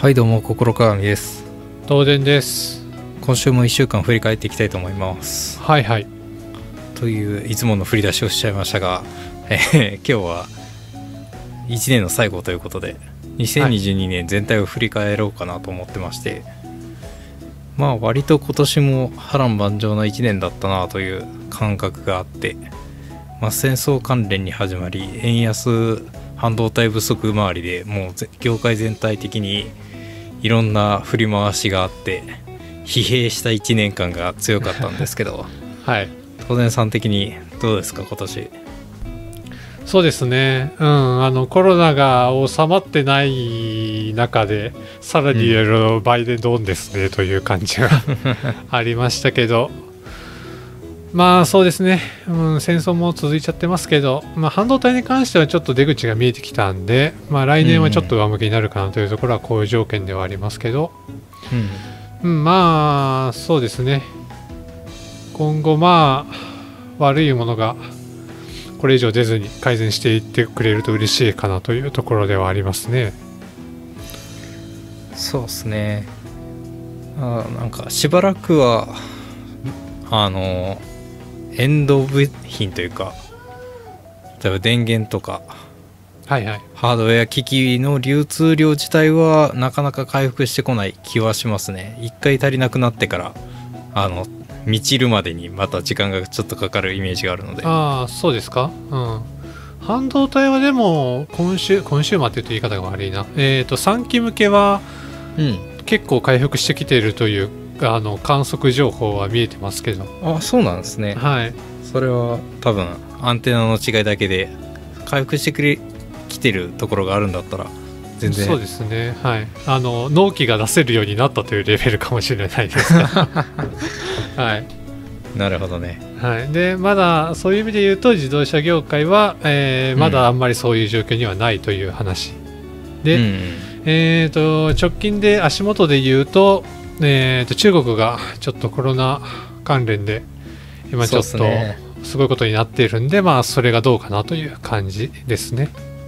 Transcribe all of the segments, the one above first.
はいどうも、心鏡です。 東電です。 今週も1週間振り返っていきたいと思います。 はいはい。 といういつもの振り出しをしちゃいましたが、今日は1年の最後ということで2022年全体を振り返ろうかなと思ってまして、まあ割と今年も波乱万丈な1年だったなという感覚があって、戦争関連に始まり円安半導体不足周りでもう業界全体的にいろんな振り回しがあって疲弊した1年間が強かったんですけどはい。 東電さん的にどうですか今年。 そうですね。コロナが収まってない中でさらにいろいろバイデンドンですね、という感じがありましたけど、まあそうですね、戦争も続いちゃってますけど、半導体に関してはちょっと出口が見えてきたんで、来年はちょっと上向きになるかなというところはこういう条件ではありますけど、まあそうですね、今後悪いものがこれ以上出ずに改善していってくれると嬉しいかなというところではありますね。 そうですね。なんかしばらくはエンド部品というか、例えば電源とか、 はいはい、 ハードウェア機器の流通量自体はなかなか回復してこない気はしますね。一回足りなくなってから満ちるまでにまた時間がちょっとかかるイメージがあるので。 ああそうですか。半導体はでもコンシューマーって言うと言い方が悪いな、3期向けは結構回復してきているという観測情報は見えてますけど。 あ、そうなんですね。 はい。 それは多分アンテナの違いだけで回復してきてるところがあるんだったら全然。 そうですね。はい。納期が出せるようになったというレベルかもしれないですがはい。 なるほどね。 はい。でまだそういう意味で言うと自動車業界は、まだあんまりそういう状況にはないという話で、直近で足元で言うと、中国がちょっとコロナ関連で今ちょっとすごいことになっているんで、それがどうかなという感じですね。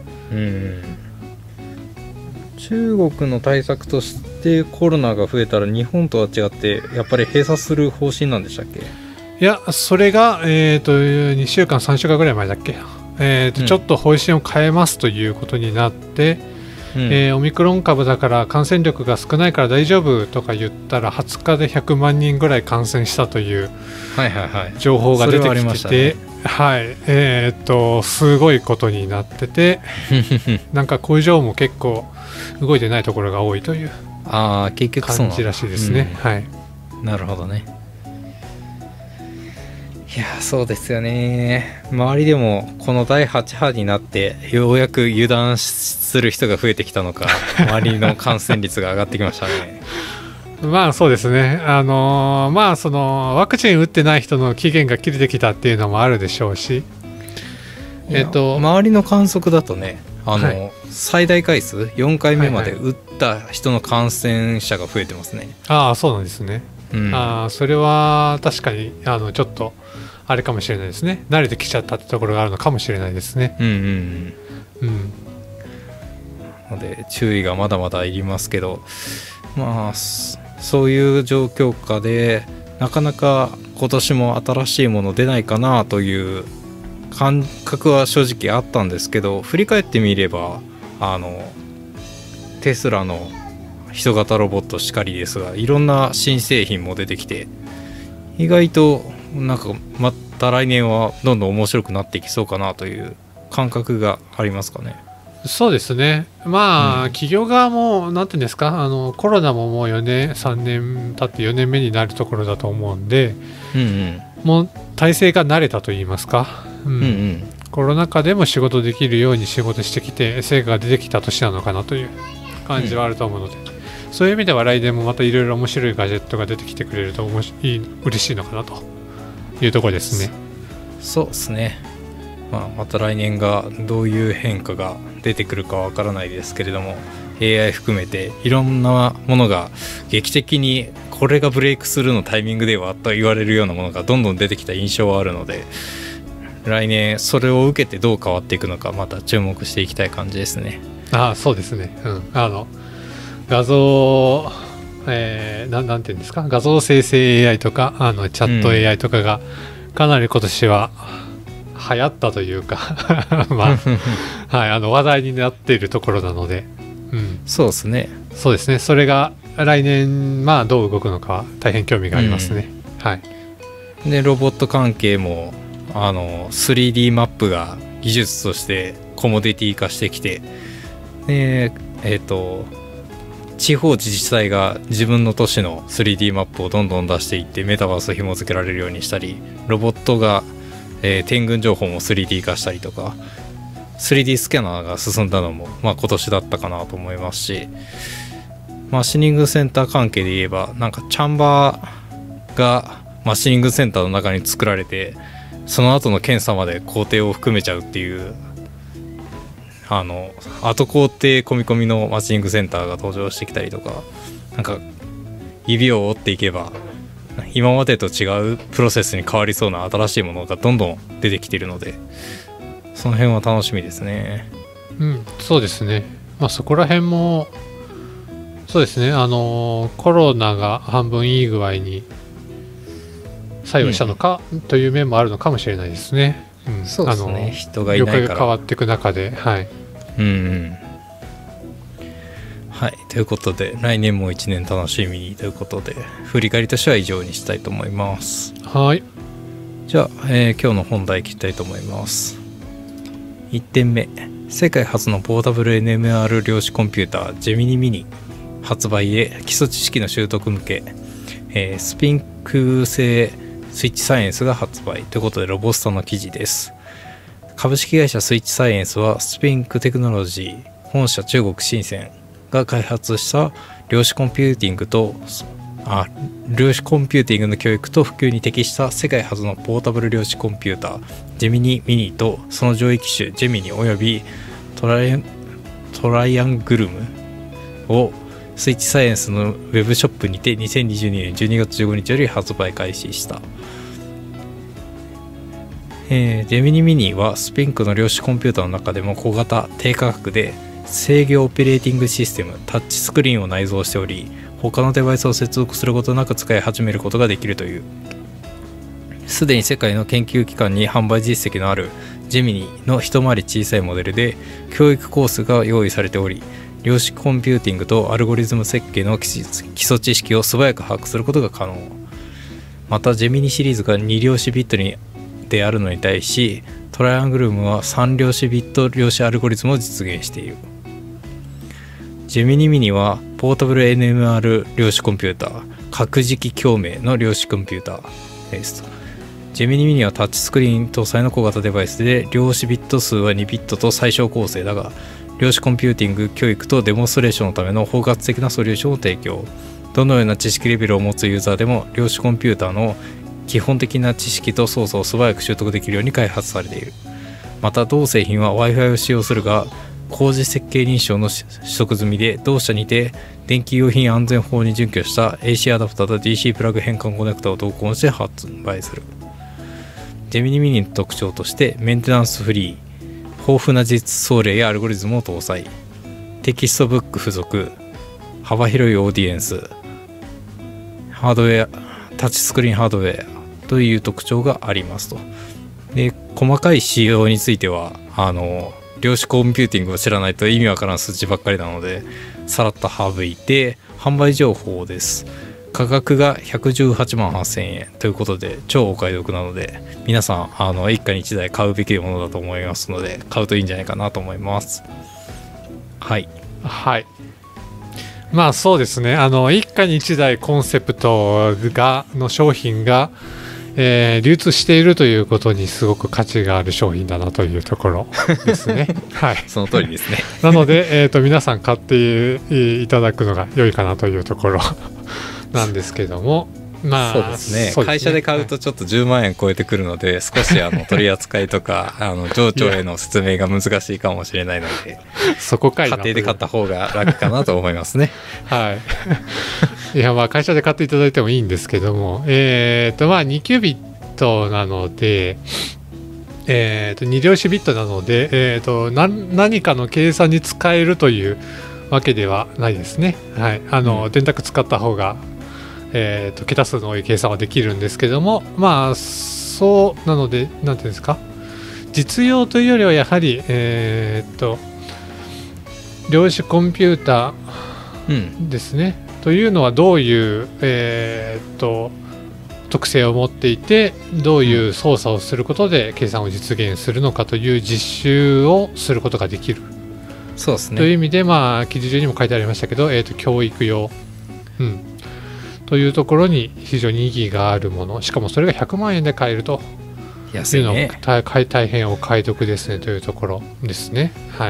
中国の対策としてコロナが増えたら日本とは違ってやっぱり閉鎖する方針なんでしたっけ？ いや、それが、2週間3週間ぐらい前だっけ、ちょっと方針を変えますということになって、オミクロン株だから感染力が少ないから大丈夫とか言ったら20日で100万人ぐらい感染したという情報が出てきてて、すごいことになっててなんか工場も結構動いてないところが多いという感じらしいですね。はい。 なるほどね。いやそうですよね。周りでもこの第8波になってようやく油断する人が増えてきたのか周りの感染率が上がってきましたねそうですね。そのワクチン打ってない人の期限が切れてきたっていうのもあるでしょうし、 周りの観測だとね、最大回数4回目まで打った人の感染者が増えてますね。 ああ、そうなんですね。それは確かにちょっとあれかもしれないですね。慣れてきちゃったってところがあるのかもしれないですね。 ので注意がまだまだいりますけど、そういう状況下でなかなか今年も新しいもの出ないかなという感覚は正直あったんですけど、振り返ってみればテスラの人型ロボットしかりですが、いろんな新製品も出てきて意外となんかまた来年はどんどん面白くなっていきそうかなという感覚がありますかね。 そうですね。企業側もなんていうんですか、コロナももう4年3年経って4年目になるところだと思うんで、もう体制が慣れたといいますか、コロナ禍でも仕事できるように仕事してきて成果が出てきた年なのかなという感じはあると思うので、そういう意味では来年もまたいろいろ面白いガジェットが出てきてくれると嬉しいのかなというところですね。 そうですね。また来年がどういう変化が出てくるかわからないですけれども、 AI 含めていろんなものが劇的にこれがブレイクスルーのタイミングではと言われるようなものがどんどん出てきた印象はあるので、来年それを受けてどう変わっていくのかまた注目していきたい感じですね。 そうですね。 画像、なんていうんですか、画像生成 AI とかチャット AI とかがかなり今年は流行ったというかまあ、はい、話題になっているところなので、 そうですね。 そうですね。それが来年どう動くのか大変興味がありますね。はい。 でロボット関係も3D マップが技術としてコモディティ化してきて、で地方自治体が自分の都市の 3D マップをどんどん出していってメタバースを紐付けられるようにしたり、ロボットが、点群情報も 3D 化したりとか、 3D スキャナーが進んだのも、今年だったかなと思いますし、マシニングセンター関係で言えばなんかチャンバーがマシニングセンターの中に作られて、その後の検査まで工程を含めちゃうっていう後工程込み込みのマシニングセンターが登場してきたりとか、なんか指を折っていけば今までと違うプロセスに変わりそうな新しいものがどんどん出てきているので、その辺は楽しみですね。 そうですね。そこら辺もそうですね。コロナが半分いい具合に作用したのか、という面もあるのかもしれないですね。 そうですね。人がいないから業界が変わっていく中で、はい。 はい、ということで来年も1年楽しみにということで、振り返りとしては以上にしたいと思います。 はい。 じゃあ、今日の本題いきたいと思います。1点目、世界初のポータブル NMR 量子コンピュータージェミニミニ発売へ基礎知識の習得向け、スピンク製スイッチサイエンスが発売ということで、ロボスタの記事です。株式会社スイッチサイエンスはスピンクテクノロジー本社中国深センが開発した量子コンピューティングの教育と普及に適した世界初のポータブル量子コンピュータージェミニミニとその上位機種ジェミニおよびトライアングルムをスイッチサイエンスのウェブショップにて2022年12月15日より発売開始した。ジェミニミニはスピンクの量子コンピューターの中でも小型低価格で制御オペレーティングシステムタッチスクリーンを内蔵しており、他のデバイスを接続することなく使い始めることができるという。すでに世界の研究機関に販売実績のあるジェミニの一回り小さいモデルで教育コースが用意されており、量子コンピューティングとアルゴリズム設計の基礎知識を素早く把握することが可能。またジェミニシリーズが2量子ビットであるのに対し、トライアングルムは3量子ビット量子アルゴリズムを実現している。ジェミニミニはポータブル NMR 量子コンピューター核磁気共鳴の量子コンピューターです。ジェミニミニはタッチスクリーン搭載の小型デバイスで、量子ビット数は2ビットと最小構成だが、量子コンピューティング教育とデモンストレーションのための包括的なソリューションを提供。どのような知識レベルを持つユーザーでも量子コンピューターの基本的な知識と操作を素早く習得できるように開発されている。また同製品は Wi-Fi を使用するが、工事設計認証の取得済みで、同社にて電気用品安全法に準拠した AC アダプターと DC プラグ変換コネクタを同梱して発売する。ジェミニミニの特徴として、メンテナンスフリー、豊富な実装例やアルゴリズムを搭載、テキストブック付属、幅広いオーディエンス、ハードウェア、タッチスクリーンハードウェアという特徴がありますと。で、細かい仕様については量子コンピューティングを知らないと意味わからん数値ばっかりなので、さらっと省いて、販売情報です。価格が118万8000円ということで超お買い得なので、皆さん一家に一台買うべきものだと思いますので、買うといいんじゃないかなと思います。はいはい。そうですね。一家に一台コンセプトの商品が、流通しているということにすごく価値がある商品だなというところですね。はい。 その通りですね。 なので、皆さん買っていただくのが良いかなというところなんですけども、 そうですね。会社で買うとちょっと10万円超えてくるので、少し取り扱いとか情緒への説明が難しいかもしれないので、 そこかいな家庭で買った方が楽かなと思いますね。 はい。いや、会社で買っていただいてもいいんですけども、2キュービットなので、2量子ビットなので、何かの計算に使えるというわけではないですね。はい、電卓使った方が、桁数の多い計算はできるんですけども、まあそうなので、なんていうんですか、実用というよりはやはり、量子コンピューターですね、というのはどういう、特性を持っていて、どういう操作をすることで計算を実現するのかという実習をすることができる。 そうですね。 という意味で、まあ記事中にも書いてありましたけど、教育用、というところに非常に意義があるもの、しかもそれが100万円で買えるというのは大変お買い得ですねというところですね。はい。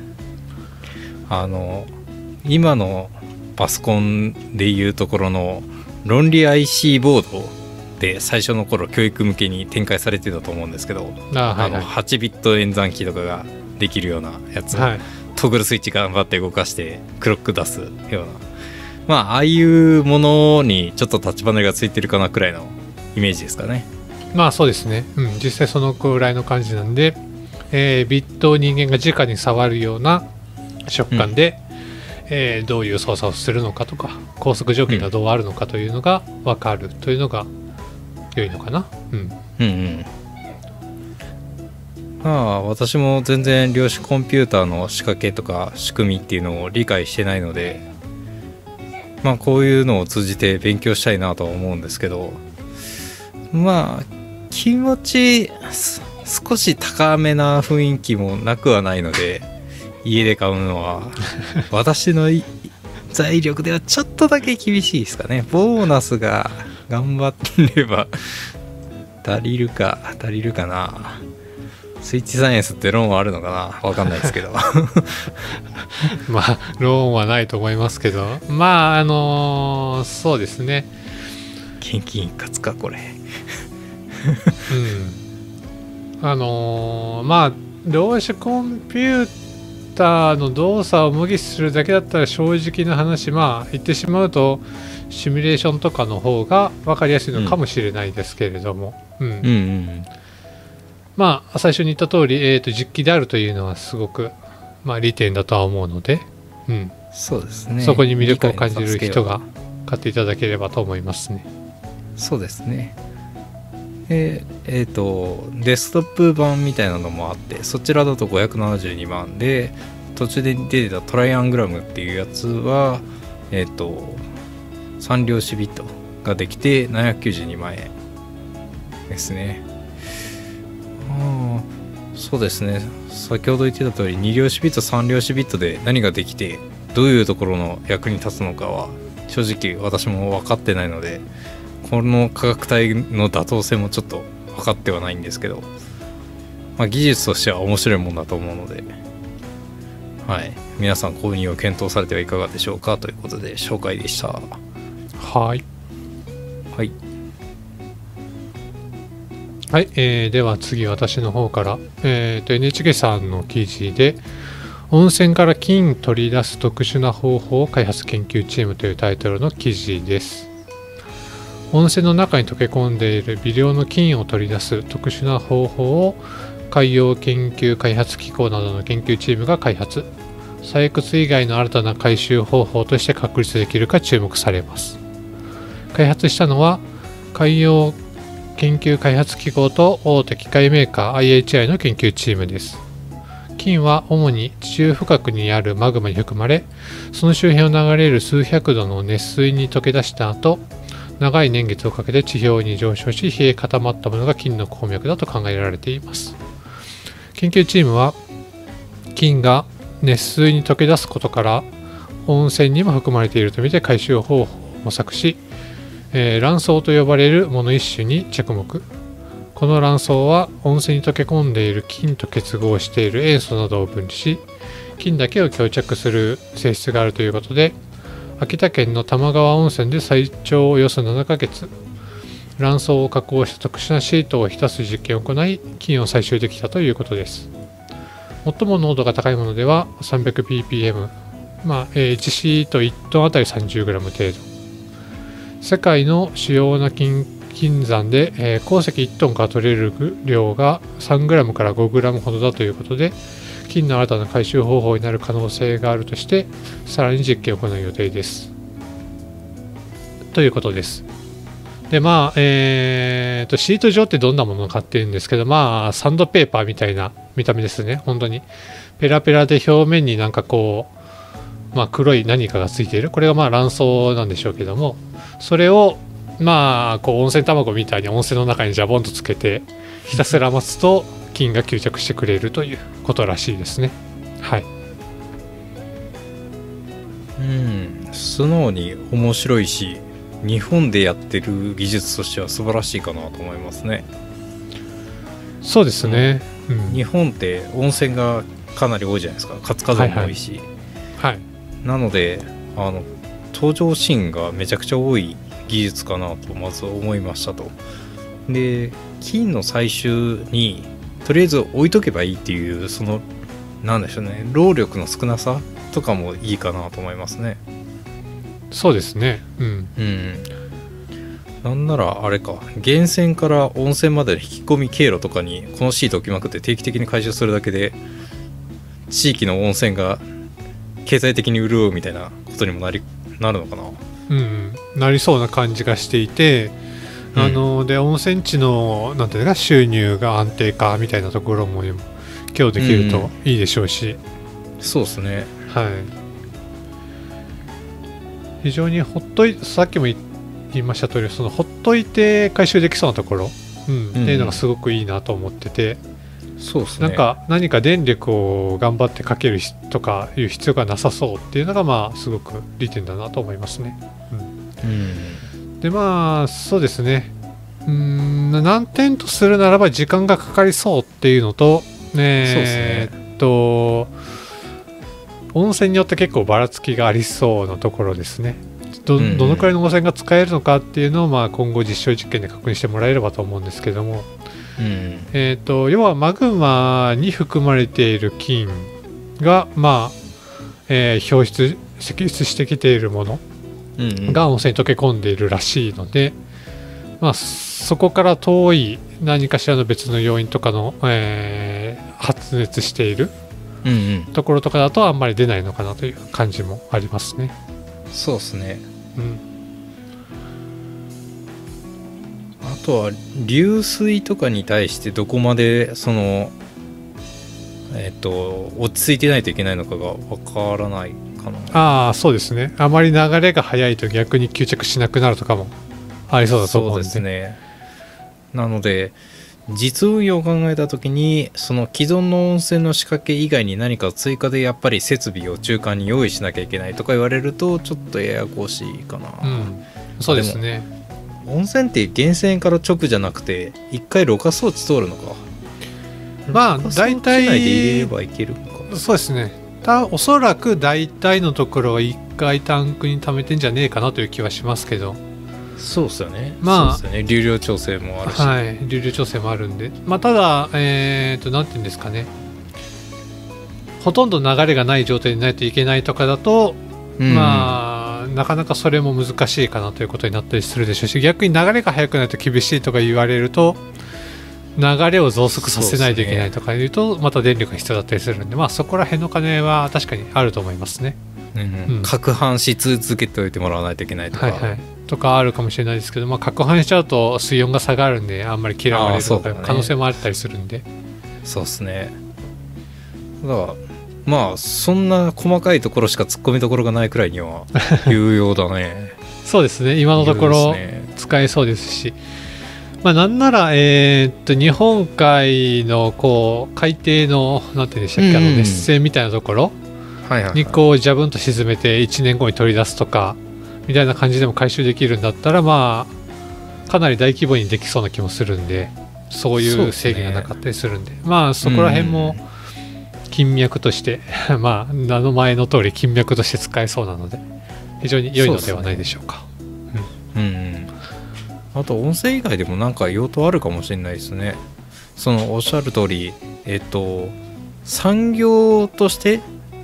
今のパソコンでいうところの論理 IC ボードで最初の頃教育向けに展開されてたと思うんですけど、8ビット演算機とかができるようなやつ、トグルスイッチ頑張って動かしてクロック出すような、まあああいうものにちょっとタッチパネルがついてるかなくらいのイメージですかね。 まあそうですね、実際そのくらいの感じなんで、ビットを人間が直に触るような触感で、どういう操作をするのかとか、拘束条件がどうあるのかというのが分かるというのが良いのかな。 私も全然量子コンピューターの仕掛けとか仕組みっていうのを理解してないので、まあこういうのを通じて勉強したいなとは思うんですけど、まあ気持ち少し高めな雰囲気もなくはないので、家で買うのは私の財力ではちょっとだけ厳しいですかね。ボーナスが頑張ってれば足りるかな。スイッチサイエンスってローンはあるのかな、わかんないですけどまあローンはないと思いますけど、まあそうですね、 現金一括かこれまあ量子コンピューターの動作を模擬するだけだったら正直な話、まあ言ってしまうとシミュレーションとかの方が分かりやすいのかもしれないですけれども、まあ最初に言った通り、実機であるというのはすごく、まあ、利点だとは思うので、 そうですね、 そこに魅力を感じる人が買っていただければと思いますね。 そうですね。デスクトップ版みたいなのもあって、そちらだと572万で、途中で出てたトライアングラムっていうやつは3量子ビットができて792万円ですね。そうですね、先ほど言ってた通り2量子ビット3量子ビットで何ができてどういうところの役に立つのかは正直私も分かってないので、この価格帯の妥当性もちょっと分かってはないんですけど、まあ、技術としては面白いもんだと思うので、皆さん購入を検討されてはいかがでしょうかということで紹介でした。 では次私の方から、NHK さんの記事で温泉から金取り出す特殊な方法を開発研究チームというタイトルの記事です。温泉の中に溶け込んでいる微量の金を取り出す特殊な方法を海洋研究開発機構などの研究チームが開発、採掘以外の新たな回収方法として確立できるか注目されます。開発したのは海洋研究開発機構と大手機械メーカー IHI の研究チームです。金は主に地中深くにあるマグマに含まれ、その周辺を流れる数百度の熱水に溶け出した後、長い年月をかけて地表に上昇し冷え固まったものが金の鉱脈だと考えられています。研究チームは金が熱水に溶け出すことから温泉にも含まれているとみて回収方法を模索し、卵巣と呼ばれるもの一種に着目。この卵巣は温泉に溶け込んでいる金と結合している塩素などを分離し、金だけを強着する性質があるということで、秋田県の玉川温泉で最長およそ7ヶ月、卵巣を加工した特殊なシートを浸す実験を行い、金を採集できたということです。最も濃度が高いものでは 300ppm、1シート1トンあたり 30g 程度。世界の主要な金山で、鉱石1トンから取れる量が 3g から 5g ほどだということで、 金の新たな回収方法になる可能性があるとしてさらに実験を行う予定ですということです。でシート状ってどんなものかっていうんですけど、サンドペーパーみたいな見た目ですね。本当にペラペラで表面になんかこう、黒い何かがついている、これが卵巣なんでしょうけども、それをこう温泉卵みたいに温泉の中にジャボンとつけてひたすら待つと菌が吸着してくれるということらしいですね。はい。 素直に面白いし、日本でやってる技術としては素晴らしいかなと思いますね。 そうですね、 日本って温泉がかなり多いじゃないですか。活火山も多いし、なので登場シーンがめちゃくちゃ多い技術かなとまず思いましたと。で金の採集にとりあえず置いとけばいいっていう、そのなんでしょうね、労力の少なさとかもいいかなと思いますね。 そうですね。 なんならあれか、源泉から温泉までの引き込み経路とかにこのシート置きまくって定期的に回収するだけで地域の温泉が経済的に潤うみたいなことにもなるのかな。 なりそうな感じがしていて、で温泉地のなんていうか収入が安定化みたいなところも今日できるといいでしょうし、 そうですね。 非常にさっきも言いました通り、そのほっといて回収できそうなところ、っていうのがすごくいいなと思ってて、 そうですね。 なんか何か電力を頑張ってかけるとかいう必要がなさそうっていうのがすごく利点だなと思いますね。でそうですね。難点とするならば時間がかかりそうっていうのと、温泉によって結構ばらつきがありそうなところですね。どのくらいの温泉が使えるのかっていうのを今後実証実験で確認してもらえればと思うんですけども、要はマグマに含まれている菌が析出してきているものが温泉に溶け込んでいるらしいので、そこから遠い何かしらの別の要因とかの、発熱しているところとかだとあんまり出ないのかなという感じもありますね。 そうですね。あとは流水とかに対してどこまで落ち着いてないといけないのかがわからないかな。 そうですね。あまり流れが速いと逆に吸着しなくなるとかもありそうだと思うんで。 そうですね。なので実運用を考えた時にその既存の温泉の仕掛け以外に何か追加でやっぱり設備を中間に用意しなきゃいけないとか言われるとちょっとややこしいかな。 そうですね。 温泉って源泉から直じゃなくて一回ろ過装置通るのか。 大体内で入れればいけるのか。 そうですね。おそらく大体のところは一回タンクに溜めてんじゃねえかなという気はしますけど。 そうですよね。そうですよね。流量調整もあるし、 流量調整もあるんで、ただなんていうんですかね、ほとんど流れがない状態にないといけないとかだと、なかなかそれも難しいかなということになったりするでしょうし、逆に流れが速くないと厳しいとか言われると流れを増速させないといけないとかいうとまた電力が必要だったりするんで、そこら辺の金は確かにあると思いますね。 攪拌し続けておいてもらわないといけないとか、 とかあるかもしれないですけど、攪拌しちゃうと水温が下がるんであんまり嫌われるとか可能性もあったりするんで。 そうですね。だからそんな細かいところしか突っ込みどころがないくらいには有用だね。 そうですね。今のところ使えそうですし、なんなら日本海の海底のなんていうんでしたっけ、熱泉みたいなところにジャブンと沈めて1年後に取り出すとかみたいな感じでも回収できるんだったらかなり大規模にできそうな気もするんで、そういう制限がなかったりするんで、そこら辺も金脈として名の前の通り金脈として使えそうなので非常に良いのではないでしょうか。 あと温泉以外でもなんか用途あるかもしれないですね。おっしゃる通り産業として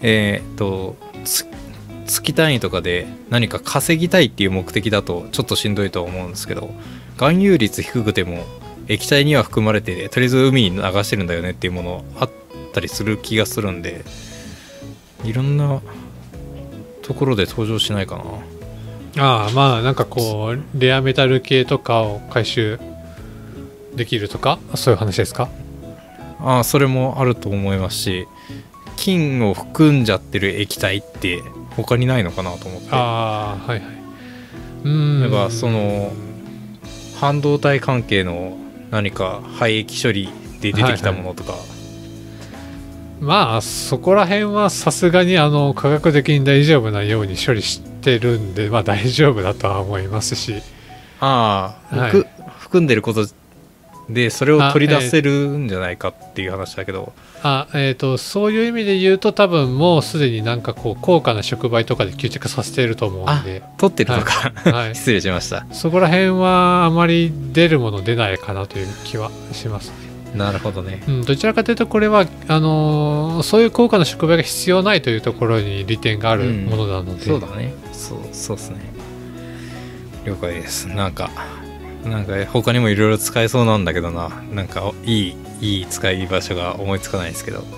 月単位とかで何か稼ぎたいっていう目的だとちょっとしんどいとは思うんですけど、含有率低くても液体には含まれてとりあえず海に流してるんだよねっていうものあっったりする気がするんで、いろんなところで登場しないかな。 ああ、まあなんかこうレアメタル系とかを回収できるとか、そういう話ですか？ ああ、それもあると思いますし、金を含んじゃってる液体って他にないのかなと思って。 ああ、はいはい。 例えばその半導体関係の何か廃液処理で出てきたものとか、はいはい、 まあそこら辺はさすがに科学的に大丈夫なように処理してるんで、まあ大丈夫だとは思いますし、 ああ、はい、含んでることでそれを取り出せるんじゃないかっていう話だけど、 そういう意味で言うと多分もうすでになんかこう高価な触媒とかで吸着させてると思うんで、 取ってるのか、 はいはい、 失礼しました。 そこら辺はあまり出るもの出ないかなという気はしますね。 なるほどね、 どちらかというとこれはそういう高価な触媒が必要ないというところに利点があるものなので、 そうだね、そうですね、了解です。なんか他にもいろいろ使えそうなんだけどな、なんかいい使い場所が思いつかないですけど、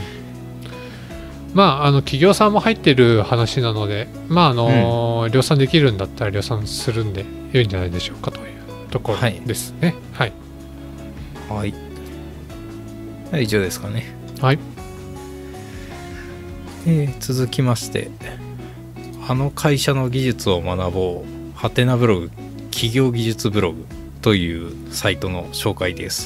まあ企業さんも入ってる話なので、まあ量産できるんだったら量産するんで良いんじゃないでしょうかというところですね。はいはい、はい、以上ですかね。 はい、 続きまして、会社の技術を学ぼうハテナブログ企業技術ブログというサイトの紹介です。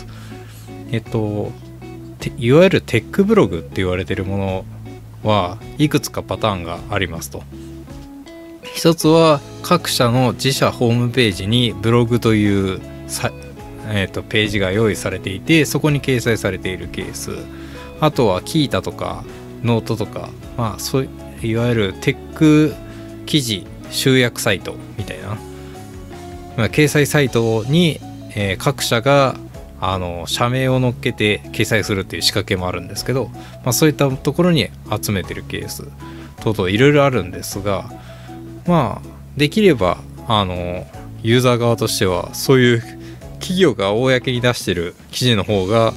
いわゆるテックブログって言われているものはいくつかパターンがありますと。一つは各社の自社ホームページにブログというページが用意されていて、そこに掲載されているケース。あとはキータとかノートとか、まあそういわゆるテック記事集約サイトみたいな、掲載サイトに、各社が社名を載っけて掲載するっていう仕掛けもあるんですけど、そういったところに集めてるケース等々いろいろあるんですが、できればユーザー側としてはそういう企業が公に出してる記事の方が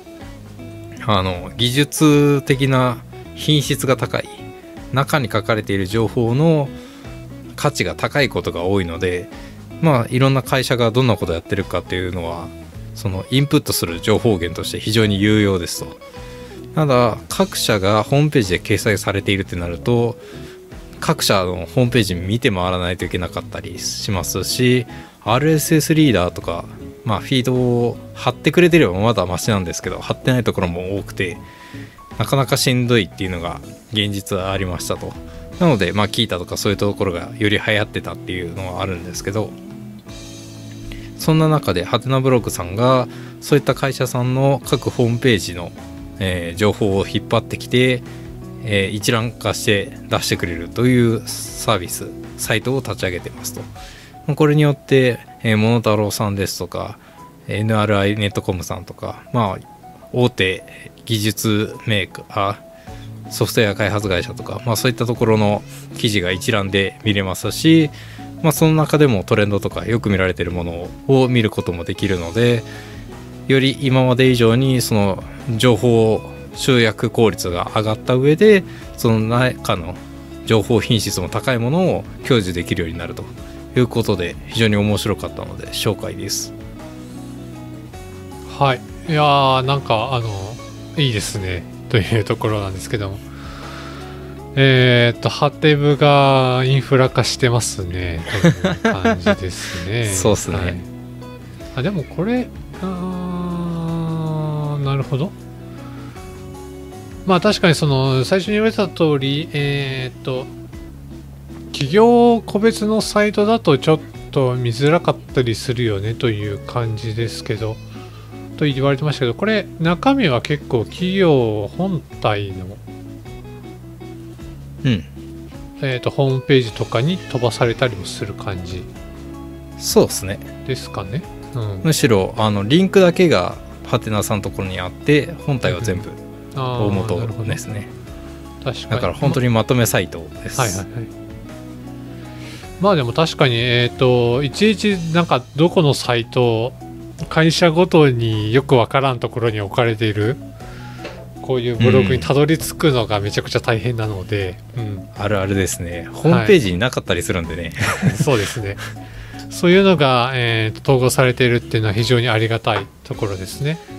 技術的な品質が高い、中に書かれている情報の価値が高いことが多いので、いろんな会社がどんなことをやってるかっていうのはそのインプットする情報源として非常に有用ですと。ただ各社がホームページで掲載されているってなると、各社のホームページ見て回らないといけなかったりしますし、 RSS リーダーとか、フィードを貼ってくれてればまだマシなんですけど、貼ってないところも多くてなかなかしんどいっていうのが現実はありましたと。なのでキータとかそういうところがより流行ってたっていうのはあるんですけど、そんな中でハテナブログさんがそういった会社さんの各ホームページの、情報を引っ張ってきて、一覧化して出してくれるというサービスサイトを立ち上げてますと。これによって、モノタロウさんですとか NRI ネットコムさんとか、大手技術メーカーソフトウェア開発会社とか、そういったところの記事が一覧で見れますし、その中でもトレンドとかよく見られているものを見ることもできるので、より今まで以上にその情報集約効率が上がった上で、その中の情報品質も高いものを享受できるようになるということで、非常に面白かったので紹介です。 はい、いやーなんかいいですねというところなんですけども、ハテブがインフラ化してますねという感じですね。 そうですね、 はい、でもこれなるほど。確かにその最初に言われた通り、企業個別のサイトだとちょっと見づらかったりするよねという感じですけど、と言われてましたけど、これ中身は結構企業本体の、ホームページとかに飛ばされたりもする感じ。 そうですね。 ですかね。 むしろリンクだけがハテナさんのところにあって、本体は全部大元ですね。確かに。だから本当にまとめサイトです。 はいはいはい。でも確かにいちいちなんかどこのサイト、会社ごとによくわからんところに置かれているこういうブログにたどり着くのがめちゃくちゃ大変なので、 あるあるですね。ホームページになかったりするんでね、 そうですね。そういうのが、統合されているっていうのは非常にありがたいところですね。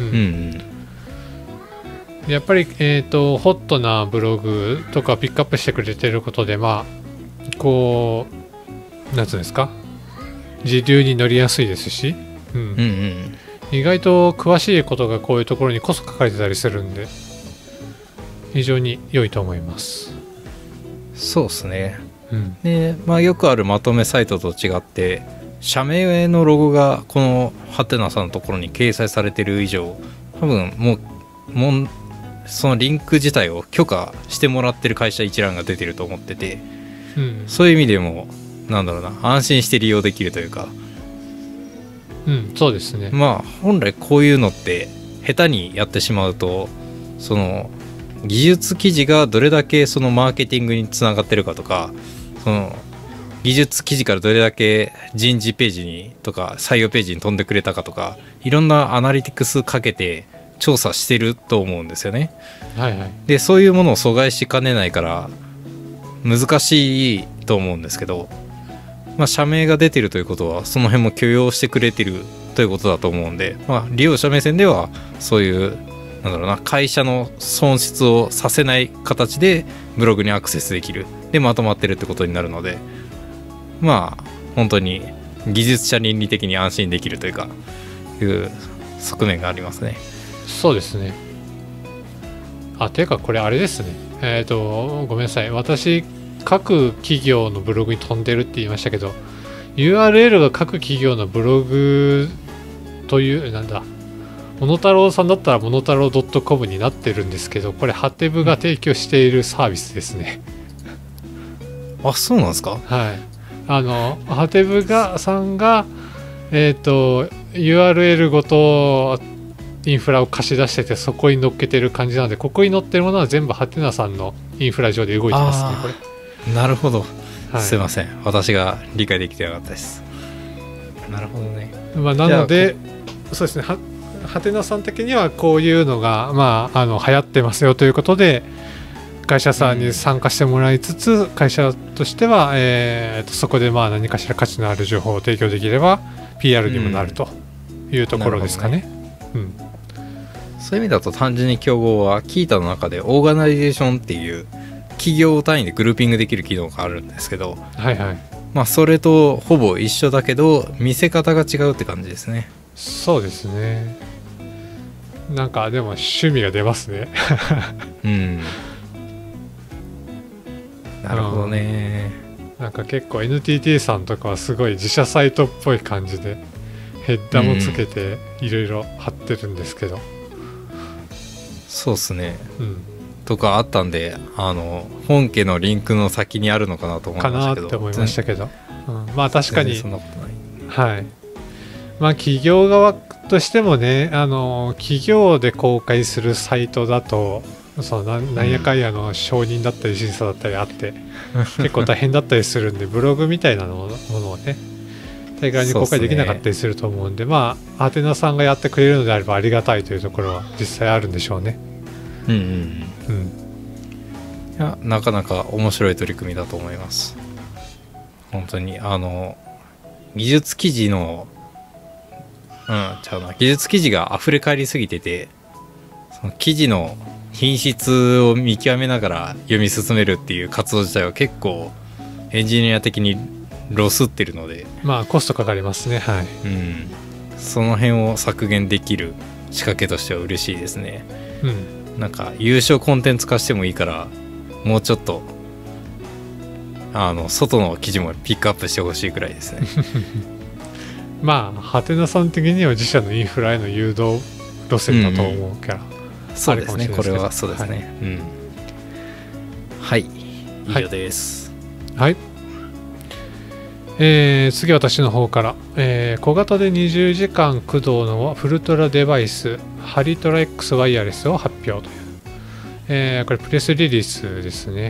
やっぱり、ホットなブログとかピックアップしてくれてることで、まあこうなんつうんですか、時流に乗りやすいですし、意外と詳しいことがこういうところにこそ書かれてたりするんで、非常に良いと思います。 そうですね。で、よくあるまとめサイトと違って、社名のロゴがこのハテナさんのところに掲載されてる以上、多分もうそのリンク自体を許可してもらってる会社一覧が出てると思ってて、そういう意味でもなんだろうな、安心して利用できるというか、 そうですね。 本来こういうのって下手にやってしまうと、その技術記事がどれだけそのマーケティングにつながってるかとか、その技術記事からどれだけ人事ページにとか採用ページに飛んでくれたかとか、いろんなアナリティクスかけて調査してると思うんですよね。でそういうものを阻害しかねないから難しいと思うんですけど、社名が出てるということはその辺も許容してくれてるということだと思うんで、利用者目線ではそういうなんだろうな、会社の損失をさせない形でブログにアクセスできる、でまとまってるってことになるので、本当に技術者倫理的に安心できるというかいう側面がありますね。 そうですね。ていうかこれあれですね、ごめんなさい、私各企業のブログに飛んでるって言いましたけど、 URL が各企業のブログという、モノタロウさんだったらモノタロウ .com になってるんですけど、これハテブが提供しているサービスですね。 そうなんですか。 ハテブさんがURL ごとインフラを貸し出してて、そこに乗っけてる感じなので、ここに載ってるものは全部ハテナさんのインフラ上で動いてますね。これなるほど、すいません、私が理解できてなかったです。なるほどね。 なのでそうですね、ハテナさん的にはこういうのが流行ってますよということで、会社さんに参加してもらいつつ、会社としては、そこで何かしら価値のある情報を提供できれば PR にもなるというところですかね。 そういう意味だと単純に競合はキータの中でオーガナイゼーションっていう企業単位でグルーピングできる機能があるんですけど、それとほぼ一緒だけど見せ方が違うって感じですね。 そうですね。でも趣味が出ますね。 なるほどね。 結構 NTT さんとかはすごい自社サイトっぽい感じでヘッダもつけていろいろ貼ってるんですけど、 そうっすね、とかあったんで、本家のリンクの先にあるのかなと思いましたけど、 かなって思いましたけど、確かにそんなことない。 企業側としてもね、企業で公開するサイトだとなんやかんやの承認だったり審査だったりあって結構大変だったりするんで、ブログみたいなものをね大概に公開できなかったりすると思うんで、ハテナさんがやってくれるのであればありがたいというところは実際あるんでしょうね。 いや、なかなか面白い取り組みだと思います。本当に技術記事の技術記事が溢れ返りすぎてて、その記事の品質を見極めながら読み進めるっていう活動自体は結構エンジニア的にロスってるので、 コストかかりますね。 その辺を削減できる仕掛けとしては嬉しいですね。優勝コンテンツ化してもいいから、もうちょっと外の記事もピックアップしてほしいくらいですね。 ハテナさん的には自社のインフラへの誘導路線だと思うから、 そうですね、これはそうですね。はい、以上です。 次私の方から、小型で20時間駆動のフルトラデバイスハリトラ X ワイヤレスを発表という、これプレスリリースですね。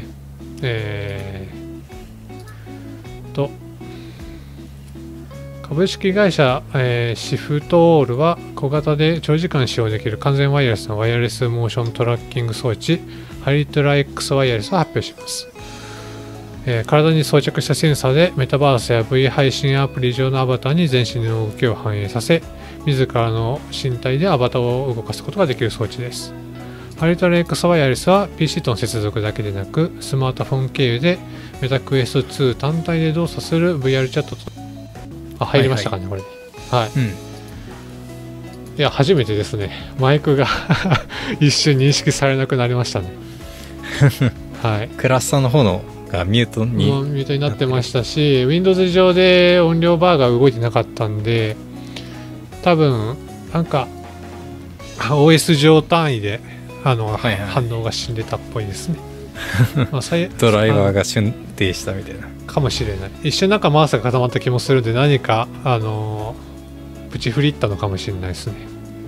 株式会社、シフトールは小型で長時間使用できる完全ワイヤレスのワイヤレスモーショントラッキング装置ハリトラ X ワイヤレスを発表します。体に装着したセンサーでメタバースや V 配信アプリ上のアバターに全身の動きを反映させ、自らの身体でアバターを動かすことができる装置です。ハリトラ X ワイヤレスは PC との接続だけでなく、スマートフォン経由でメタクエスト2単体で動作する VR チャットと入りましたかね、これ。はい。いや、初めてですね。マイクが一瞬認識されなくなりましたね。はい。 クラスターの方のがミュートになってましたし、Windows 上で音量バーが動いてなかったんで、多分なんか OS 上単位で反応が死んでたっぽいですね。まあ、 ドライバーが瞬停したみたいなかもしれない。一瞬なんかマウスが固まった気もするんで、何かプチフリったのかもしれないですね。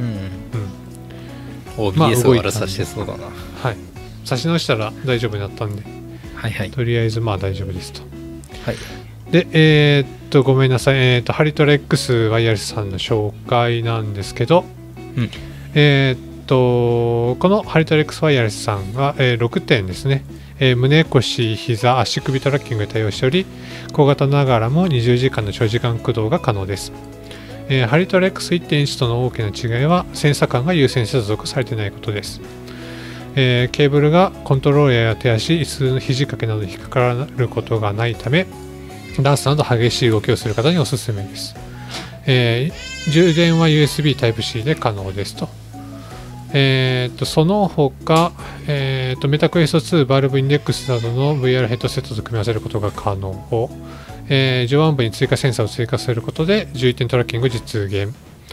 OBS を悪さしてそうだな。 はい。差し直したら大丈夫になったんで、とりあえずまあ大丈夫ですと。 はい。 で、ごめんなさい。ハリトラ X ワイヤレスさんの紹介なんですけど、このハリトラ X ワイヤレスさんが、6点ですね。胸腰、膝、足首トラッキングに対応しており、小型ながらも20時間の長時間駆動が可能です。ハリトラ X1.1 との大きな違いは、センサ間が有線接続されていないことです。ケーブルがコントローラーや手足、椅子の肘掛けなどに引っかかることがないため、ダンスなど激しい動きをする方におすすめです。充電は USB Type-C で可能ですと。その他、メタクエスト2、バルブインデックスなどの VR ヘッドセットと組み合わせることが可能。上腕部に追加センサーを追加することで11点トラッキング実現。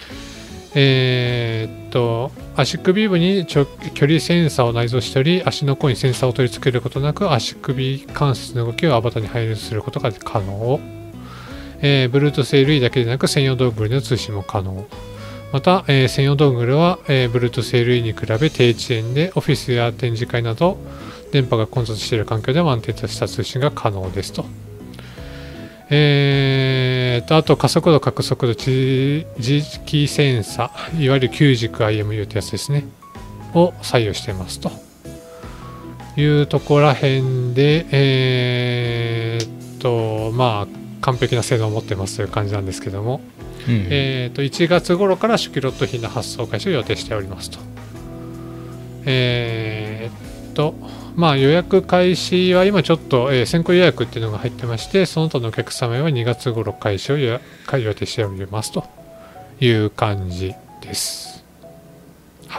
足首部に距離センサーを内蔵しており、足の甲にセンサーを取り付けることなく足首関節の動きをアバターに配慮することが可能。Bluetooth LE だけでなく専用ドングルでの通信も可能。また、専用ドングルは、Bluetooth LE に比べ低遅延でオフィスや展示会など電波が混雑している環境でも安定した通信が可能ですと。あと加速度、角速度、磁気センサいわゆる9軸 IMU ってやつですねを採用していますというところらへんでまあ完璧な性能を持ってますという感じなんですけども、1月頃から初期ロット品の発送開始を予定しておりますと。まあ予約開始は今ちょっと、先行予約っていうのが入ってまして、その他のお客様は2月頃開始を予定しておりますという感じです。はい。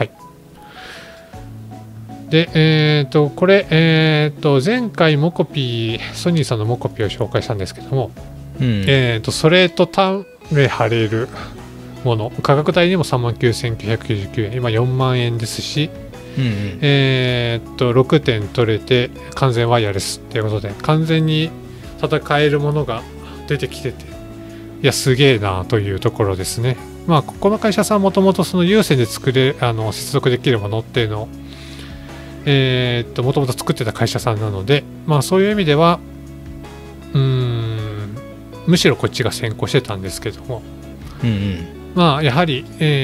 で、これ、前回モコピー、ソニーさんのモコピーを紹介したんですけども、それと単で貼れるもの、価格帯にも 39,999 円、今4万円ですし、6点取れて完全ワイヤレスということで完全に戦えるものが出てきてて、いやすげえなというところですね。まあここの会社さんもともとその有線で接続できるものっていうのをもともと作ってた会社さんなので、まあそういう意味ではむしろこっちが先行してたんですけども、まあやはり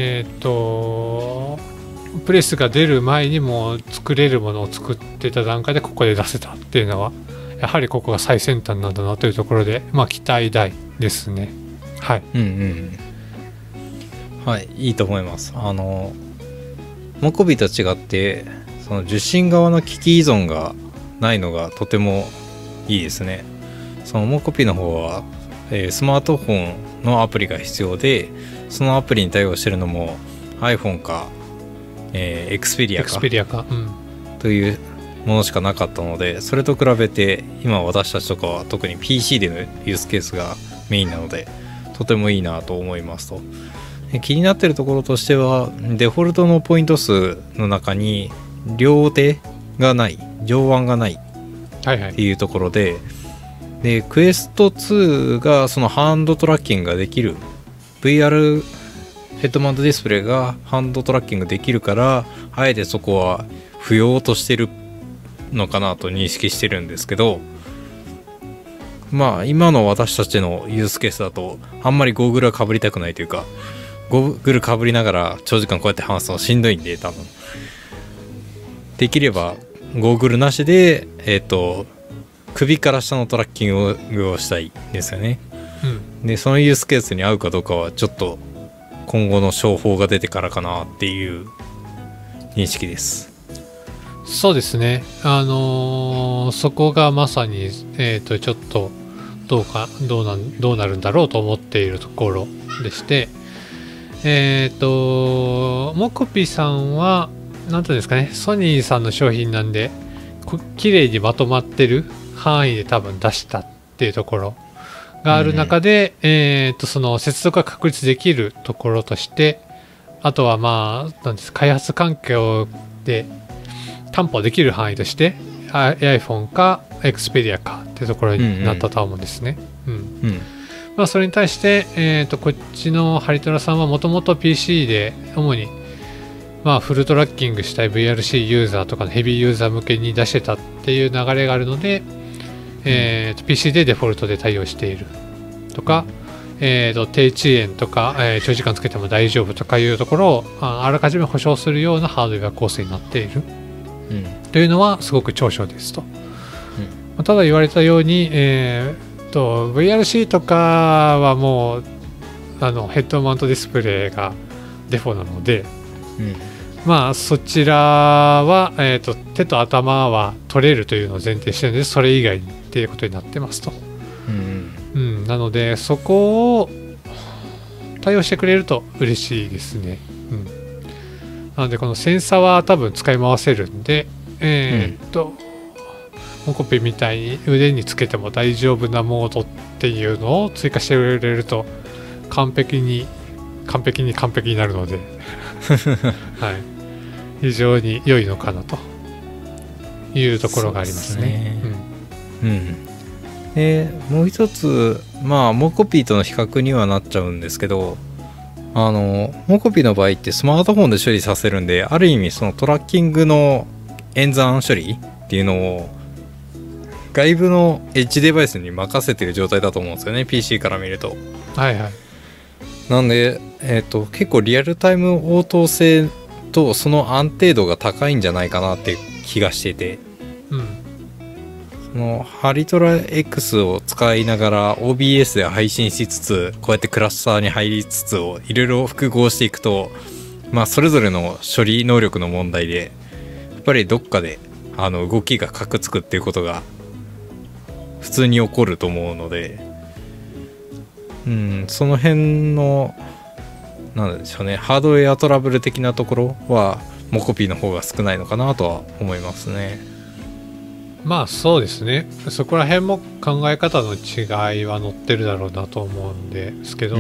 プレスが出る前にも作れるものを作ってた段階でここで出せたっていうのはやはりここが最先端なんだなというところで、まあ期待大ですね。はい、 はい、いいと思います。モコビと違ってその受信側の機器依存がないのがとてもいいですね。そのモコピの方は、スマートフォンのアプリが必要で、そのアプリに対応してるのも iPhone かXperia か、というものしかなかったので、それと比べて今私たちとかは特に PC でのユースケースがメインなのでとてもいいなと思いますと。気になっているところとしては、デフォルトのポイント数の中に両手がない、上腕がないっていうところで、でクエスト2がそのハンドトラッキングができる VRヘッドマウントディスプレイがハンドトラッキングできるから、あえてそこは不要としてるのかなと認識してるんですけど、 まあ今の私たちのユースケースだとあんまりゴーグルはかぶりたくないというか、ゴーグルかぶりながら長時間こうやって話すのしんどいんで、多分できればゴーグルなしで首から下のトラッキングをしたいんですよね、でそのユースケースに合うかどうかはちょっと今後の商法が出てからかなっていう認識です。 そうですね、そこがまさに、ちょっとどうなるんだろうと思っているところでして、モコピさんは何ていうんですかね、ソニーさんの商品なんで綺麗にまとまってる範囲で多分出したっていうところがある中で、その接続が確立できるところとして、あとはまあなんです、開発環境で担保できる範囲として iPhone か Xperia かっていうところになったとは思うんですね。まあ、それに対して、こっちのハリトラさんはもともと PC で主にまあフルトラッキングしたい VRC ユーザーとかのヘビーユーザー向けに出してたっていう流れがあるので、PC でデフォルトで対応しているとか、低遅延とか、長時間つけても大丈夫とかいうところをあらかじめ保証するようなハードウェア構成になっている、というのはすごく長所ですと。ただ言われたように、VRC とかはもうヘッドマウントディスプレイがデフォなので、まあそちらは、手と頭は取れるというのを前提してるので、それ以外にっていうことになってますと。なのでそこを対応してくれると嬉しいですね。なのでこのセンサーは多分使い回せるんで、モコピみたいに腕につけても大丈夫なモードっていうのを追加してくれると完璧になるのではい、非常に良いのかなというところがありますね。 もう一つ、まあモコピとの比較にはなっちゃうんですけど、モコピの場合ってスマートフォンで処理させるんで、ある意味そのトラッキングの演算処理っていうのを外部のエッジデバイスに任せてる状態だと思うんですよね、 PC から見ると。なんで、結構リアルタイム応答性とその安定度が高いんじゃないかなっていう気がしていて、そのハリトラ X を使いながら OBS で配信しつつ、こうやってクラスターに入りつつをいろいろ複合していくと、まあそれぞれの処理能力の問題でやっぱりどっかで動きがカクつくっていうことが普通に起こると思うので、その辺のなんでしょうね、ハードウェアトラブル的なところはモコピの方が少ないのかなとは思いますね。 まあそうですね、そこら辺も考え方の違いは載ってるだろうなと思うんですけど、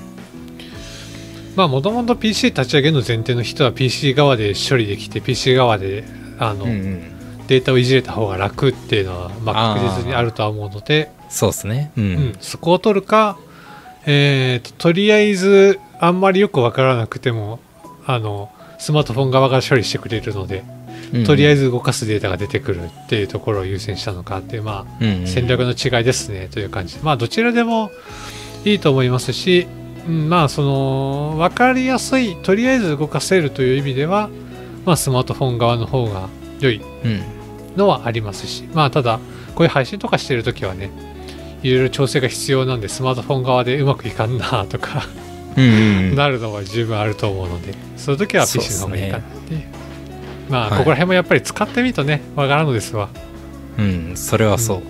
まあもともと PC 立ち上げの前提の人は PC 側で処理できて PC 側でデータをいじれた方が楽っていうのはまあ確実にあるとは思うので、 そうですね、 そこを取るか、とりあえずあんまりよく分からなくてもスマートフォン側が処理してくれるので、とりあえず動かすデータが出てくるっていうところを優先したのかっていう、まあ戦略の違いですねという感じで、まあどちらでもいいと思いますし、まあその分かりやすい、とりあえず動かせるという意味では、まあスマートフォン側の方が良いのはありますし、まあただこういう配信とかしてるときはね、いろいろ調整が必要なんでスマートフォン側でうまくいかんなとかなるのは十分あると思うので、そういう時は PC の方がいいかなっていう、まあここら辺もやっぱり使ってみるとねわからんのですわ。 それはそう、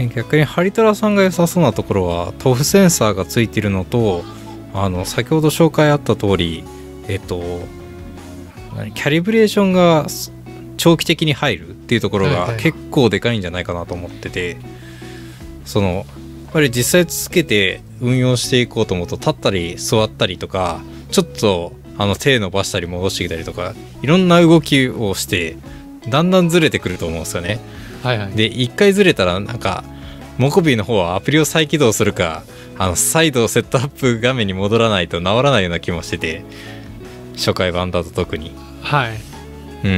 逆にハリトラさんが良さそうなところはトフセンサーがついているのと、先ほど紹介あった通りキャリブレーションが長期的に入るっていうところが結構でかいんじゃないかなと思ってて、そのやっぱり実際つけて運用していこうと思うと立ったり座ったりとか、ちょっと手伸ばしたり戻してきたりとか、いろんな動きをしてだんだんずれてくると思うんですよね。で一回ずれたらなんかモコビーの方はアプリを再起動するか再度セットアップ画面に戻らないと治らないような気もしてて、初回版だと特に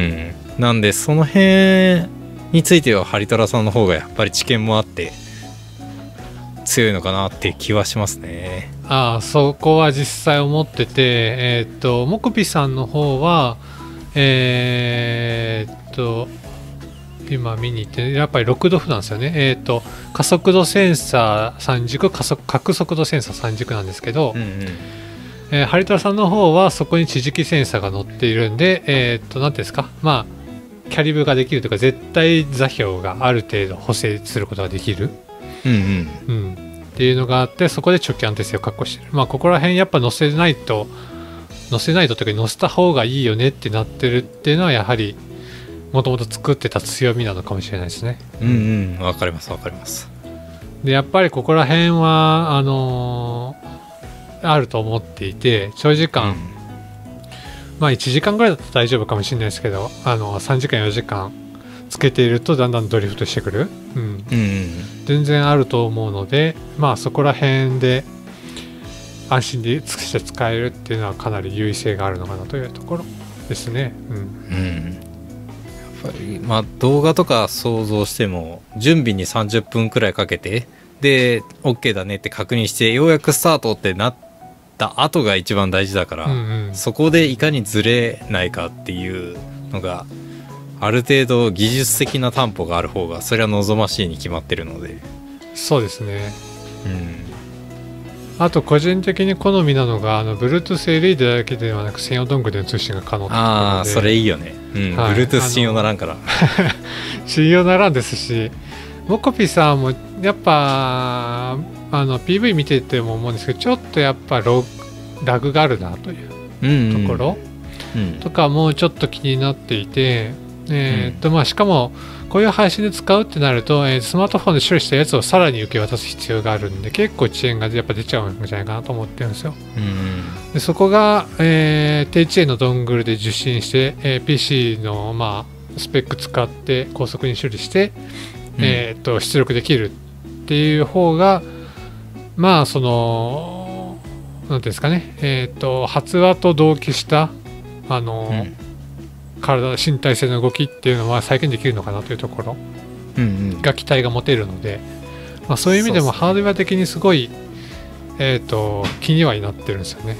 なんでその辺についてはハリトラさんの方がやっぱり知見もあって強いのかなって気はしますね。 そこは実際思ってて、モコピさんの方は今見に行ってやっぱり6ドフなんですよね。加速度センサー3軸、角速度センサー3軸なんですけど、ハリトラさんの方はそこに地磁気センサーが載っているんで、なんていうんですか、まあキャリブができるというか、絶対座標がある程度補正することができる、っていうのがあって、そこで直径安定性を確保している。まあここら辺やっぱ載せないとというか載せた方がいいよねってなってるっていうのは、やはりもともと作ってた強みなのかもしれないですね。 わかりますわかります。 でやっぱりここら辺はあると思っていて、長時間、まあ1時間ぐらいだと大丈夫かもしれないですけど、3時間4時間つけているとだんだんドリフトしてくる、全然あると思うので、まあそこら辺で安心でして使えるっていうのはかなり優位性があるのかなというところですね。 やっぱりまあ動画とか想像しても準備に30分くらいかけて、で OK だねって確認してようやくスタートってなった後が一番大事だから、そこでいかにずれないかっていうのがある程度技術的な担保がある方がそれは望ましいに決まってるので。 そうですね。あと個人的に好みなのがBluetooth LED だけではなく専用ドングルでの通信が可能ってところで、 それいいよね。Bluetooth 信用ならんから信用ならんですし、モコピさんもやっぱPV 見てても思うんですけど、ちょっとやっぱラグがあるなというところ、とかもちょっと気になっていて、まあ、しかもこういう配信で使うってなると、スマートフォンで処理したやつをさらに受け渡す必要があるんで、結構遅延がやっぱ出ちゃうんじゃないかなと思ってるんですよ。でそこが、低遅延のドングルで受信して、PC の、まあ、スペック使って高速に処理して、出力できるっていう方が、まあそのなんていうんですかね、発話と同期した身体性の動きっていうのは再現できるのかなというところが期待が持てるので、まあ、そういう意味でもハードウェア的にすごい、気にはなってるんですよね。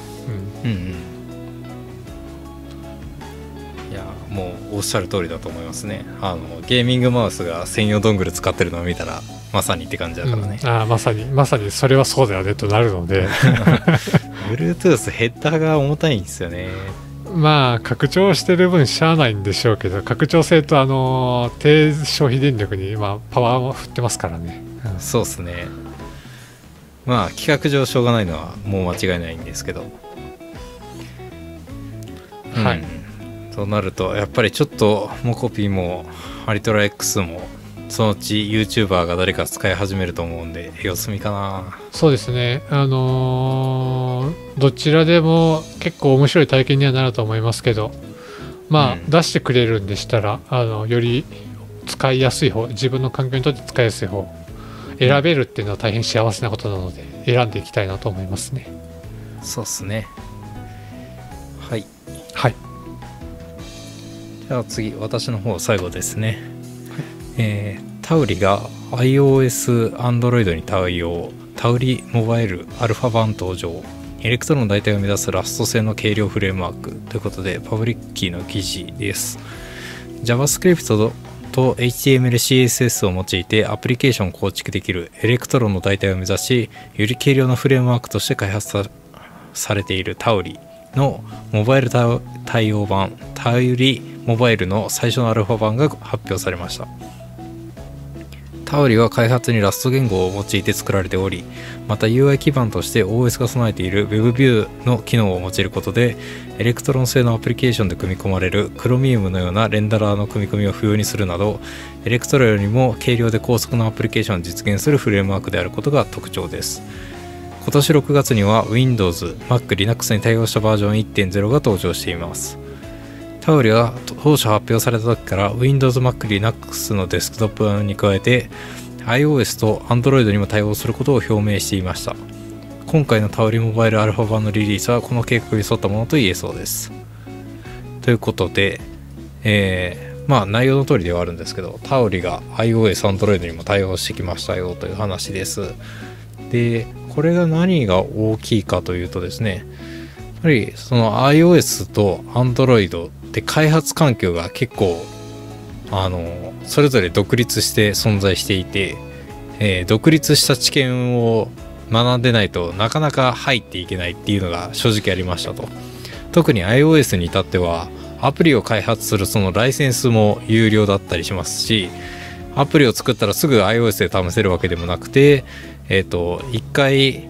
いやもうおっしゃる通りだと思いますね。ゲーミングマウスが専用ドングル使ってるのを見たらまさにって感じだからね。 まさにそれはそうだよねとなるので Bluetooth ヘッダーが重たいんですよね。 まあ拡張してる分しゃあないんでしょうけど、拡張性と低消費電力に今パワーも振ってますからね。 そうですね。まあ規格上しょうがないのはもう間違いないんですけど、となるとやっぱりちょっとモコピもハリトラ X もそのうち YouTuber が誰か使い始めると思うんで様子見かな。 そうですね。どちらでも結構面白い体験にはなると思いますけど、まあ、出してくれるんでしたらより使いやすい方、自分の環境にとって使いやすい方選べるっていうのは大変幸せなことなので選んでいきたいなと思いますね。 そうっすね。はい。じゃあ次私の方最後ですね。タウリが iOS、Android に対応、タウリモバイルアルファ版登場、エレクトロン代替を目指すラスト製の軽量フレームワークということでパブリッキーの記事です。 JavaScript と HTML、CSS を用いてアプリケーションを構築できるエレクトロンの代替を目指し、より軽量なフレームワークとして開発されているタウリのモバイル対応版タウリモバイルの最初のアルファ版が発表されました。タウリは開発にラスト言語を用いて作られており、また UI 基盤として OS が備えている WebView の機能を用いることで、エレクトロン製のアプリケーションで組み込まれる Chromium のようなレンダラーの組み込みを不要にするなど、エレクトロよりも軽量で高速なアプリケーションを実現するフレームワークであることが特徴です。今年6月には Windows、Mac、Linux に対応したバージョン 1.0 が登場しています。タウリは当初発表された時から Windows、Mac、Linux のデスクトップ版に加えて iOS と Android にも対応することを表明していました。今回のタウリモバイルアルファ版のリリースはこの計画に沿ったものと言えそうです。ということで、まあ内容の通りではあるんですけど、タウリが iOS、Android にも対応してきましたよという話です。 でこれが何が大きいかというとですね、やっぱりその iOS と Android って開発環境が結構それぞれ独立して存在していて、独立した知見を学んでないとなかなか入っていけないっていうのが正直ありましたと。特に iOS に至ってはアプリを開発するそのライセンスも有料だったりしますし、アプリを作ったらすぐ iOS で試せるわけでもなくて、一回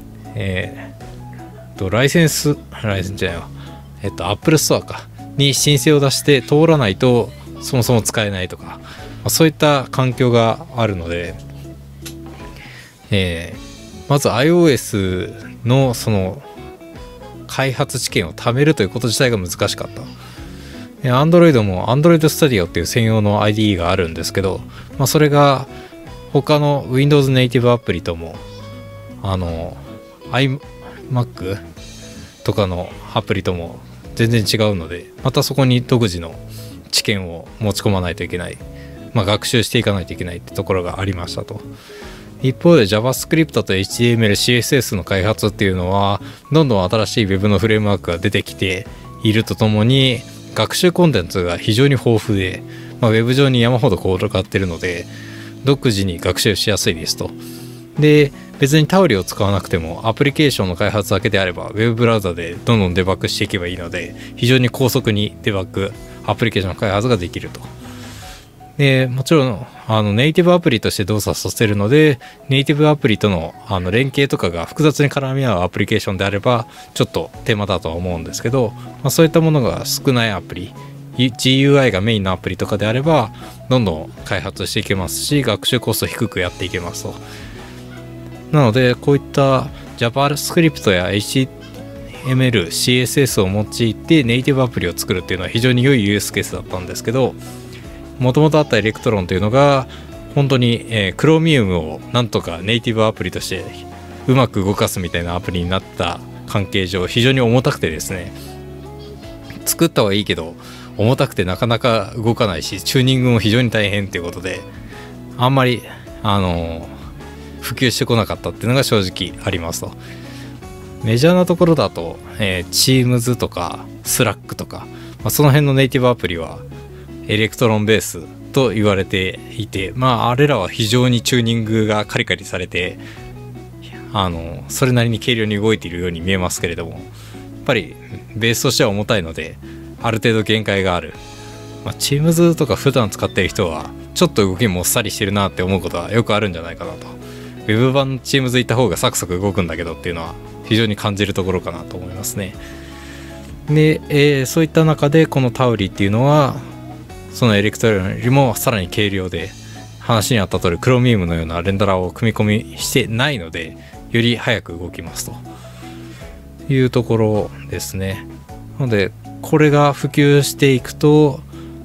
ライセンスじゃないわ、Apple Store かに申請を出して通らないとそもそも使えないとか、そういった環境があるので、まず iOS のその開発知見を貯めるということ自体が難しかった。Android も Android Studio っていう専用の IDE があるんですけど、それが他の Windows ネイティブアプリともiMac とかのアプリとも全然違うので、またそこに独自の知見を持ち込まないといけない、学習していかないといけないってところがありましたと。一方で JavaScript と HTML、CSS の開発っていうのはどんどん新しい Web のフレームワークが出てきているとともに、学習コンテンツが非常に豊富で、Web 上に山ほど転がっているので独自に学習しやすいですと。で別にタウリを使わなくてもアプリケーションの開発だけであれば Web ブラウザでどんどんデバッグしていけばいいので、非常に高速にデバッグアプリケーションの開発ができると。でもちろんネイティブアプリとして動作させるので、ネイティブアプリとの連携とかが複雑に絡み合うアプリケーションであればちょっと手間だとは思うんですけど、そういったものが少ないアプリ、 GUI がメインのアプリとかであればどんどん開発していけますし、学習コスト低くやっていけますと。なのでこういった JavaScript や HTML、CSS を用いてネイティブアプリを作るっていうのは非常に良いユースケースだったんですけど、もともとあったエレクトロンというのが本当に、Chromium をなんとかネイティブアプリとしてうまく動かすみたいなアプリになった関係上、非常に重たくてですね、作ったはいいけど重たくてなかなか動かないし、チューニングも非常に大変ということであんまり普及してこなかったっていうのが正直ありますと。メジャーなところだと、Teams とか Slack とか、その辺のネイティブアプリはエレクトロンベースと言われていて、あれらは非常にチューニングがカリカリされてそれなりに軽量に動いているように見えますけれども、やっぱりベースとしては重たいのである程度限界がある。Teams とか普段使っている人はちょっと動きもっさりしてるなって思うことはよくあるんじゃないかなと。Web 版の Teams 行った方がサクサク動くんだけどっていうのは非常に感じるところかなと思いますね。で、そういった中でこのタウリっていうのはそのエレクトロンよりもさらに軽量で、話にあった通り Chromium のようなレンダラーを組み込みしてないのでより早く動きますというところですね。なのでこれが普及していくと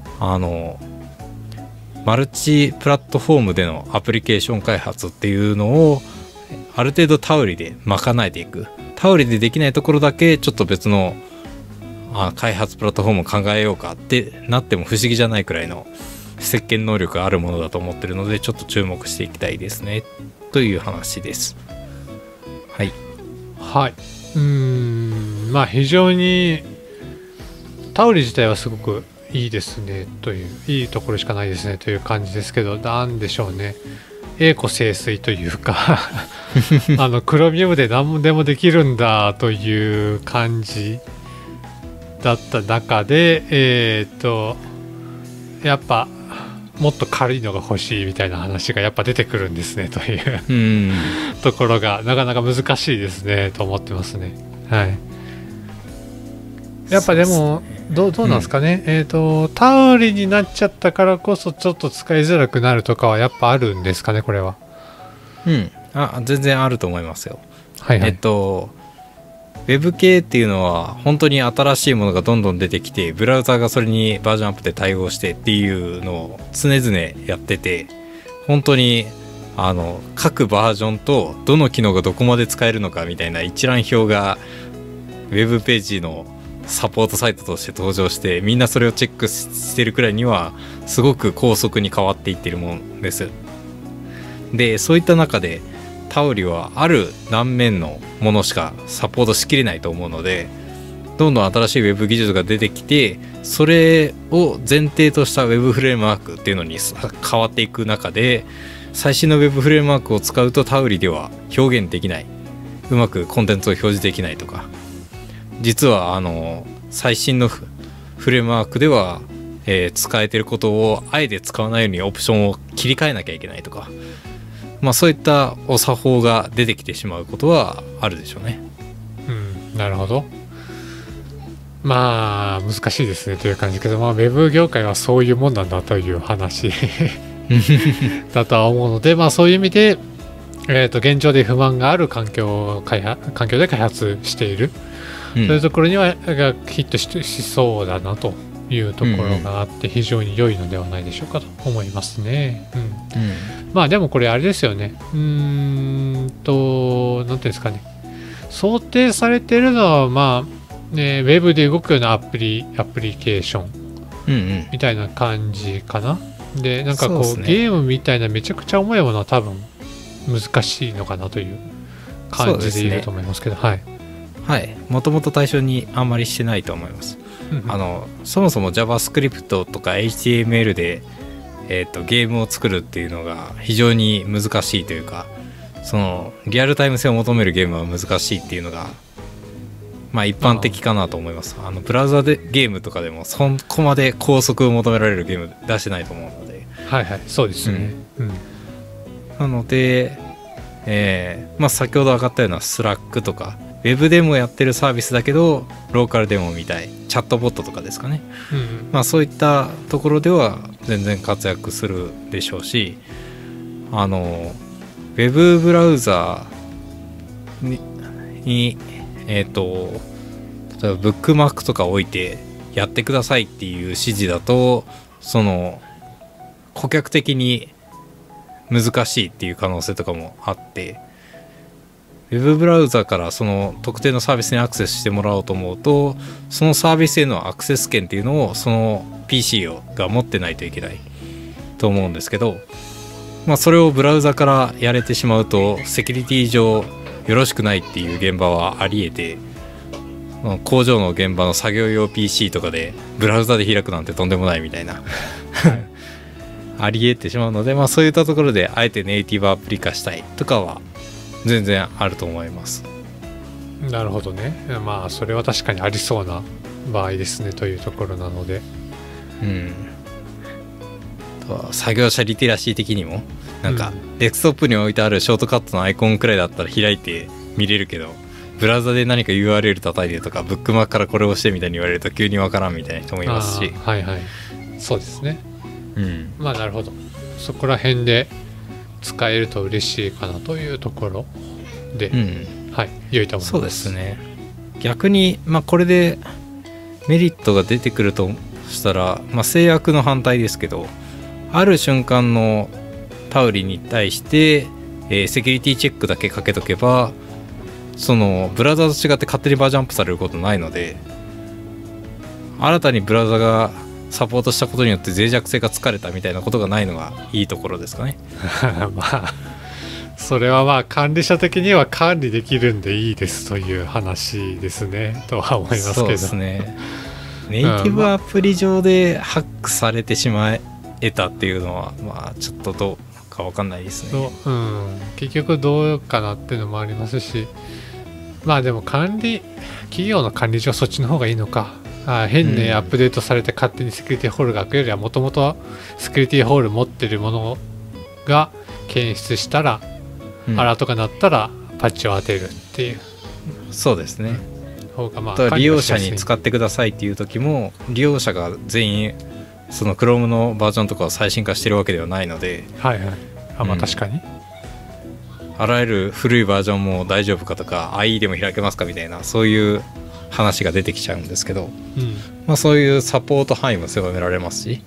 マルチプラットフォームでのアプリケーション開発っていうのをある程度タウリで賄えていく。タウリでできないところだけちょっと別の開発プラットフォームを考えようかってなっても不思議じゃないくらいの設計能力があるものだと思ってるので、ちょっと注目していきたいですねという話です。はいはい。非常にタウリ自体はすごくいいですねという、いいところしかないですねという感じですけど、なんでしょうね、栄枯盛衰というかクロミウムで何でもできるんだという感じだった中で、やっぱもっと軽いのが欲しいみたいな話がやっぱ出てくるんですねというところがなかなか難しいですねと思ってますね。はい。やっぱでもどうなんですかね、タウリになっちゃったからこそちょっと使いづらくなるとかはやっぱあるんですかね、これは。 全然あると思いますよ。 はいはい。 ウェブ系っていうのは本当に新しいものがどんどん出てきて、ブラウザーがそれにバージョンアップで対応してっていうのを常々やってて、本当に各バージョンとどの機能がどこまで使えるのかみたいな一覧表がウェブページのサポートサイトとして登場して、みんなそれをチェックしてるくらいにはすごく高速に変わっていってるもんです。でそういった中でタウリはある断面のものしかサポートしきれないと思うので、どんどん新しいウェブ技術が出てきて、それを前提としたウェブフレームワークっていうのに変わっていく中で、最新のウェブフレームワークを使うとタウリでは表現できない、うまくコンテンツを表示できないとか、実は最新のフレームワークでは、使えてることをあえて使わないようにオプションを切り替えなきゃいけないとか、そういったお作法が出てきてしまうことはあるでしょうね。 なるほど。難しいですねという感じけど、ウェブ業界はそういうもんなんだという話だとは思うので、そういう意味で、現状で不満がある環境で開発している、そういうところにはヒット しそうだなというところがあって、非常に良いのではないでしょうかと思いますね。でもこれあれですよね。なんていうんですかね。想定されているのはウェブで動くようなアプリケーションみたいな感じかな。でなんかこう、ゲームみたいなめちゃくちゃ重いものは多分難しいのかなという感じでいると思いますけど、 もともと対象にあんまりしてないと思います。そもそも JavaScript とか HTML で、ゲームを作るっていうのが非常に難しいというか、そのリアルタイム性を求めるゲームは難しいっていうのが一般的かなと思います。ブラウザでゲームとかでもそこまで高速を求められるゲーム出してないと思うので、 そうですね。 なので、先ほど上がったようなスラックとかウェブでもやってるサービスだけどローカルでもみたいチャットボットとかですかね、そういったところでは全然活躍するでしょうし、ウェブブラウザに例えばブックマークとか置いてやってくださいっていう指示だと、その顧客的に難しいっていう可能性とかもあって、ウェブブラウザからその特定のサービスにアクセスしてもらおうと思うと、そのサービスへのアクセス権っていうのをその PC が持ってないといけないと思うんですけど、それをブラウザからやれてしまうとセキュリティ上よろしくないっていう現場はありえて、工場の現場の作業用 PC とかでブラウザで開くなんてとんでもないみたいなありえてしまうので、そういったところであえてネイティブアプリ化したいとかは全然あると思います。 なるほどね。それは確かにありそうな場合ですねというところなので、 作業者リテラシー的にもなんかデスクトップに置いてあるショートカットのアイコンくらいだったら開いて見れるけど、ブラウザで何か URL 叩いてとかブックマークからこれをしてみたいに言われると急にわからんみたいな人もいますし、 そうですね。なるほど。そこら辺で使えると嬉しいかなというところで、良いと思います。 そうですね。逆にこれでメリットが出てくるとしたら、制約の反対ですけど、ある瞬間のタウリに対して、セキュリティチェックだけかけとけば、そのブラウザと違って勝手にバージョンアップされることないので、新たにブラウザがサポートしたことによって脆弱性が疲れたみたいなことがないのがいいところですかね。 それは管理者的には管理できるんでいいですという話ですねとは思いますけど。 そうですね。ネイティブアプリ上でハックされてしまえたっていうのはちょっとどうか分かんないですね。 結局どうかなっていうのもありますし、でも企業の管理上そっちの方がいいのか。変にアップデートされて勝手にセキュリティホールが開くよりは、もともとセキュリティホール持ってるものが検出したら、アラートが鳴ったらパッチを当てるっていう。 そうですね。 方が利用者に使ってくださいっていう時も、利用者が全員その Chrome のバージョンとかを最新化してるわけではないので、 確かにあらゆる古いバージョンも大丈夫かとか IE でも開けますかみたいな、そういう話が出てきちゃうんですけど、そういうサポート範囲も狭められますし、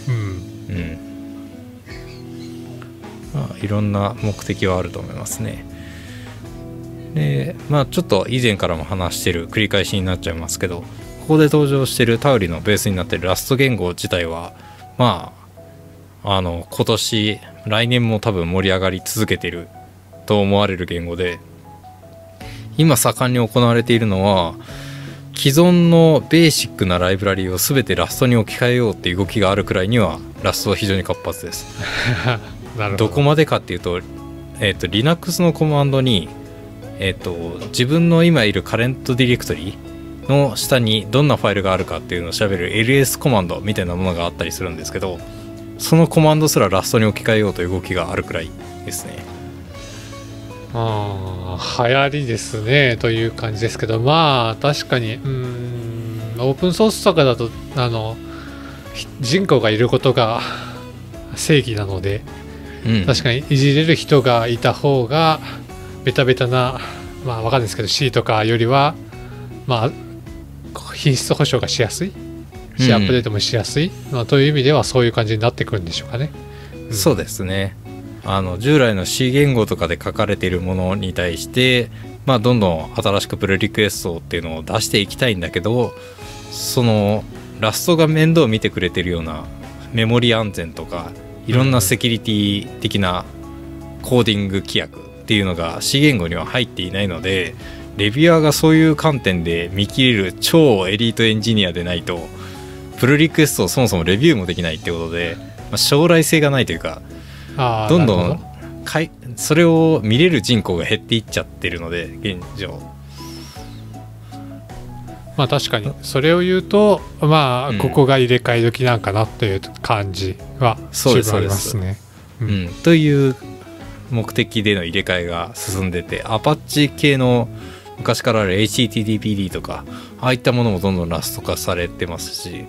いろんな目的はあると思いますね。でちょっと以前からも話してる繰り返しになっちゃいますけど、ここで登場してるタウリのベースになってるラスト言語自体は今年来年も多分盛り上がり続けてると思われる言語で、今盛んに行われているのは既存のベーシックなライブラリを全てラストに置き換えようっていう動きがあるくらいにはラストは非常に活発です。 なるほど。 どこまでかっていうと、Linux のコマンドに、自分の今いるカレントディレクトリの下にどんなファイルがあるかっていうのを調べる ls コマンドみたいなものがあったりするんですけど、そのコマンドすらラストに置き換えようという動きがあるくらいですね。 流行りですねという感じですけど、まあ確かにオープンソースとかだと人口がいることが正義なので、確かにいじれる人がいた方がベタベタな、まあわかんないですけど C とかよりはまあ品質保証がしやすいし、アップデートもしやすい、という意味ではそういう感じになってくるんでしょうかね。 そうですね。従来の C 言語とかで書かれているものに対して、どんどん新しくプルリクエストっていうのを出していきたいんだけど、そのラストが面倒を見てくれてるようなメモリ安全とかいろんなセキュリティ的なコーディング規約っていうのが C 言語には入っていないので、レビュアーがそういう観点で見切れる超エリートエンジニアでないとプルリクエストをそもそもレビューもできないってことで、将来性がないというか、どんどんそれを見れる人口が減っていっちゃってるので現状。 確かにそれを言うと、ここが入れ替え時なんかなという感じは十分ありますね。 という目的での入れ替えが進んでて、アパッチ系の昔からある HTTPD とかああいったものもどんどんラスト化されてますし、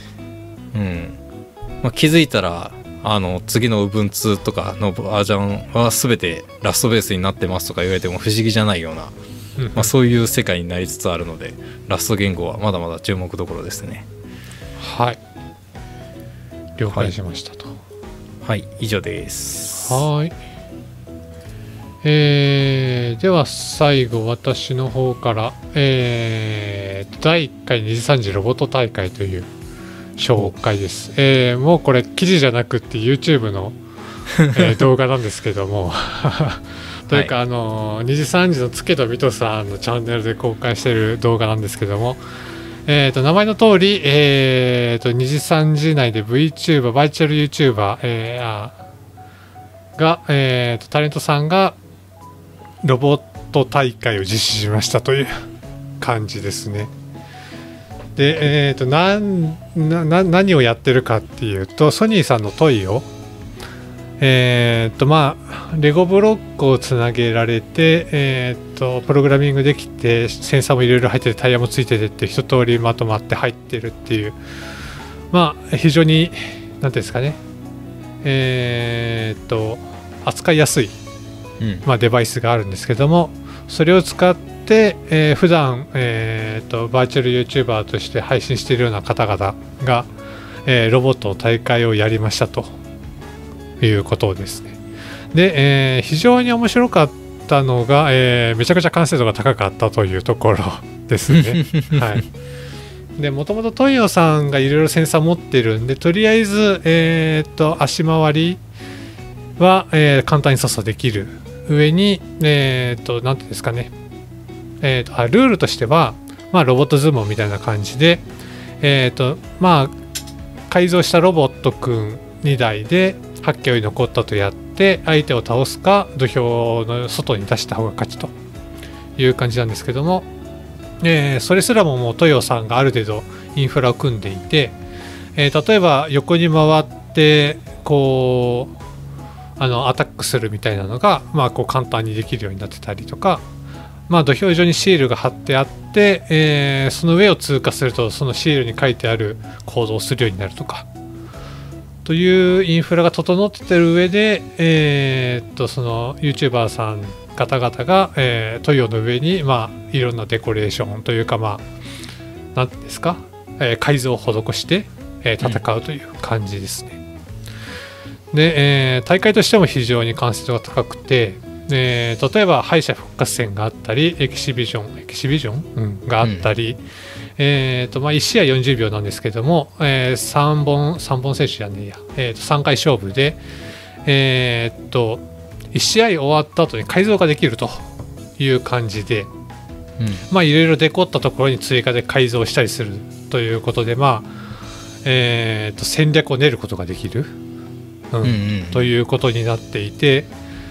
気づいたら次の Ubuntu とかのバージョンは全てラストベースになってますとか言われても不思議じゃないような、そういう世界になりつつあるので、ラスト言語はまだまだ注目どころですね。 はい、了解しましたと。 はい、以上です。 はい、では最後私の方から、第1回2次3次ロボット大会という紹介です。もうこれ記事じゃなくって YouTube の、動画なんですけどもというか、2次3次のつけとみとさんのチャンネルで公開している動画なんですけども、名前の通り、2次3次内で VTuber バーチャル YouTuber、が、タレントさんがロボット大会を実施しましたという感じですね。で、何をやってるかっていうと、ソニーさんのトイをレゴブロックをつなげられて、プログラミングできてセンサーもいろいろ入っててタイヤもついててって一通りまとまって入ってるっていう、非常に何ていうんですかね、扱いやすい、デバイスがあるんですけども、それを使って、普段、バーチャル YouTuber として配信しているような方々が、ロボットの大会をやりましたということですね。で、非常に面白かったのが、めちゃくちゃ完成度が高かったというところですね。はい。で、もともとトイオさんがいろいろセンサー持ってるんで、とりあえず、足回りは、簡単に操作できる上に、なんていうんですかね、ルールとしては、ロボット相撲みたいな感じで、改造したロボットくん2台で8キロに残ったとやって相手を倒すか土俵の外に出した方が勝ちという感じなんですけども、それすらももうトヨさんがある程度インフラを組んでいて、例えば横に回ってこうアタックするみたいなのが、こう簡単にできるようになってたりとか、土俵上にシールが貼ってあって、その上を通過するとそのシールに書いてある行動をするようになるとかというインフラが整っててる上で、その YouTuber さん方々が、トヨの上に、いろんなデコレーションというか、なんていうんですか、改造を施して、戦うという感じですね。で、大会としても非常に完成度が高くて、例えば敗者復活戦があったりエキシビジョン、があったり、1試合40秒なんですけども、3本選手やねえや、3回勝負で、 1試合終わった後に改造ができるという感じで、 うん、 いろいろデコったところに追加で改造したりするということで、戦略を練ることができる、ということになっていて、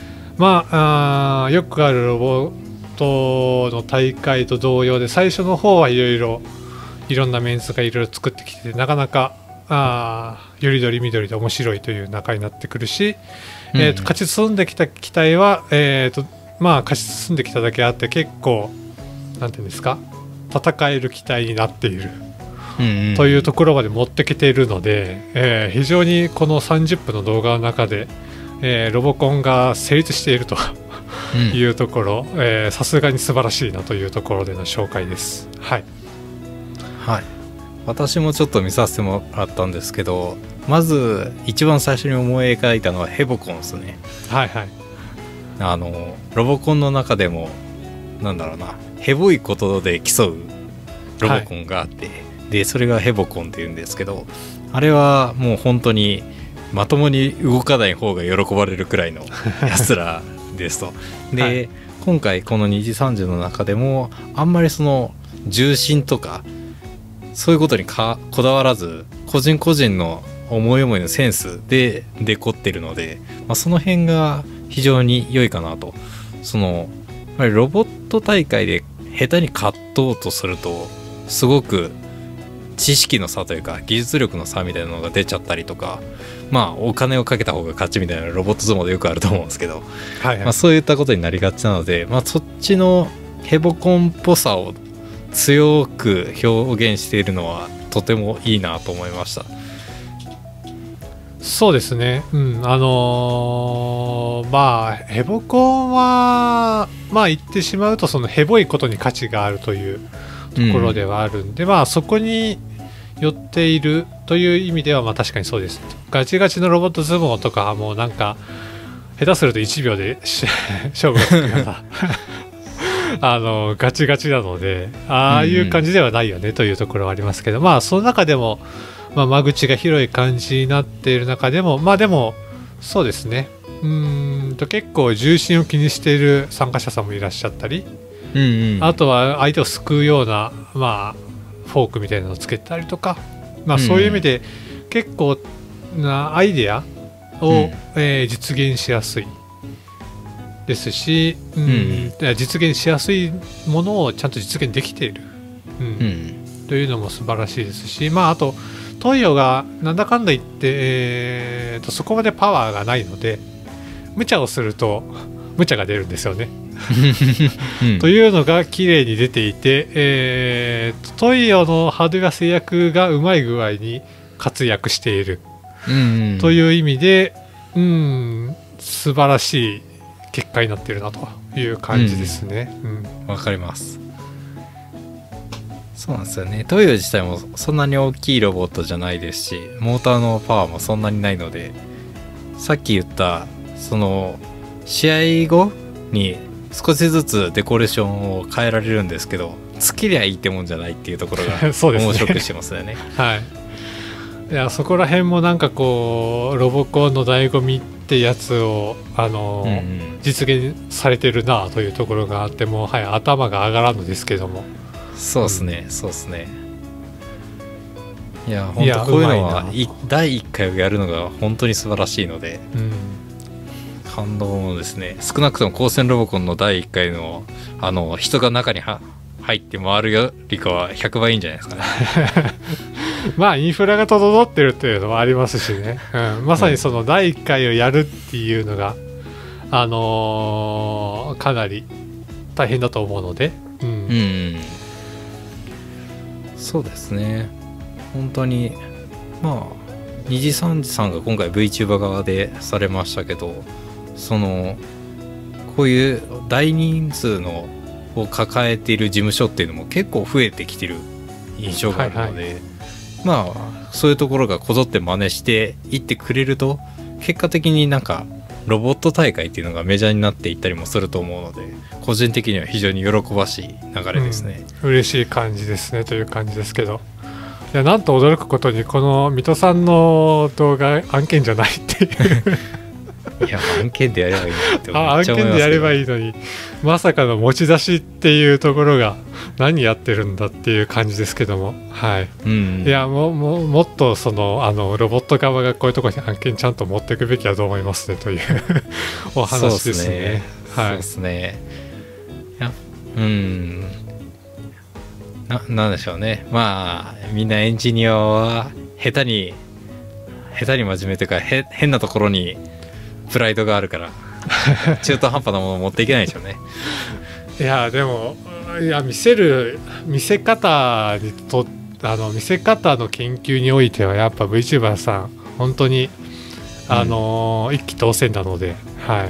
よくあるロボットの大会と同様で、最初の方はいろんなメンツがいろいろ作ってきて、なかなかよりどりみどりで面白いという中になってくるし、勝ち進んできた機体は、勝ち進んできただけあって結構なんていうんですか、戦える機体になっている、というところまで持ってきているので、非常にこの30分の動画の中で、ロボコンが成立しているというところ、さすがに素晴らしいなというところでの紹介です。はい、 はい、私もちょっと見させてもらったんですけど、まず一番最初に思い描いたのはヘボコンですね。 はいはい。 ロボコンの中でもなんだろうな、ヘボいことで競うロボコンがあって、はい、でそれがヘボコンっていうんですけど、あれはもう本当にまともに動かない方が喜ばれるくらいのやつらですと。で、はい、今回この2次3次の中でもあんまりその重心とかそういうことにこだわらず、個人個人の思い思いのセンスでデコってるので、その辺が非常に良いかなと。そのやっぱりロボット大会で下手に勝とうとするとすごく知識の差というか技術力の差みたいなのが出ちゃったりとか、お金をかけた方が勝ちみたいなロボット相撲でよくあると思うんですけど、はいはい、そういったことになりがちなので、そっちのヘボコンっぽさを強く表現しているのはとてもいいなと思いました。 そうですね、ヘボコンは言ってしまうとそのヘボいことに価値があるというところではあるんで、そこに寄っているという意味では確かにそうです。ガチガチのロボット相撲とかはもうなんか下手すると1秒で勝負がつくようなガチガチなので、ああいう感じではないよねというところはありますけど、その中でも間口が広い感じになっている中でも、でもそうですね、結構重心を気にしている参加者さんもいらっしゃったり、あとは相手を救うような、フォークみたいなのをつけたりとか、そういう意味で結構なアイデアを、実現しやすいですし、実現しやすいものをちゃんと実現できている、というのも素晴らしいですし、あとトイオがなんだかんだ言って、そこまでパワーがないので無茶をすると無茶が出るんですよねというのが綺麗に出ていて、トイオのハードウェア制約がうまい具合に活躍している、という意味で、素晴らしい結果になっているなという感じですね。 わかります。そうなんですよね。トイオ自体もそんなに大きいロボットじゃないですし、モーターのパワーもそんなにないので、さっき言ったその試合後に少しずつデコレーションを変えられるんですけど、つけりゃいいってもんじゃないっていうところが面白くしてますよね。 はい。いや、そこら辺もなんかこうロボコンの醍醐味ってやつを実現されてるなというところがあって、もう頭が上がらんのですけども。 そうですね、そうですね。いや本当こういうのは第1回をやるのが本当に素晴らしいので、感動もですね。少なくとも光線ロボコンの第1回の人が中に入って回るよりかは100倍いいんじゃないですかね。 インフラが整ってるっていうのはありますしね、まさにその第1回をやるっていうのが、かなり大変だと思うので、 そうですね。本当に2次3次さんが今回 VTuber 側でされましたけど、こういう大人数のを抱えている事務所っていうのも結構増えてきてる印象があるので、そういうところがこぞって真似していってくれると、結果的になんかロボット大会っていうのがメジャーになっていったりもすると思うので、個人的には非常に喜ばしい流れですね。 嬉しい感じですねという感じですけど、いや、なんと驚くことにこの水戸さんの動画案件じゃないっていういや案件でやればいいなって思案っちゃ思いますけど、 件でやればいいのに、まさかの持ち出しっていうところが何やってるんだっていう感じですけども、はい、 うん、 いやもっとそのロボット側がこういうところに案件ちゃんと持っていくべきだと思いますねというお話ですね。 そうですね。いや、なんでしょうね。まあみんなエンジニアは下手に真面目というか変なところにプライドがあるから中途半端なものを持っていけないでしょうね。 いやでも見せ方見せ方の研究においてはやっぱ VTuber さん本当に一気当選なので、はい、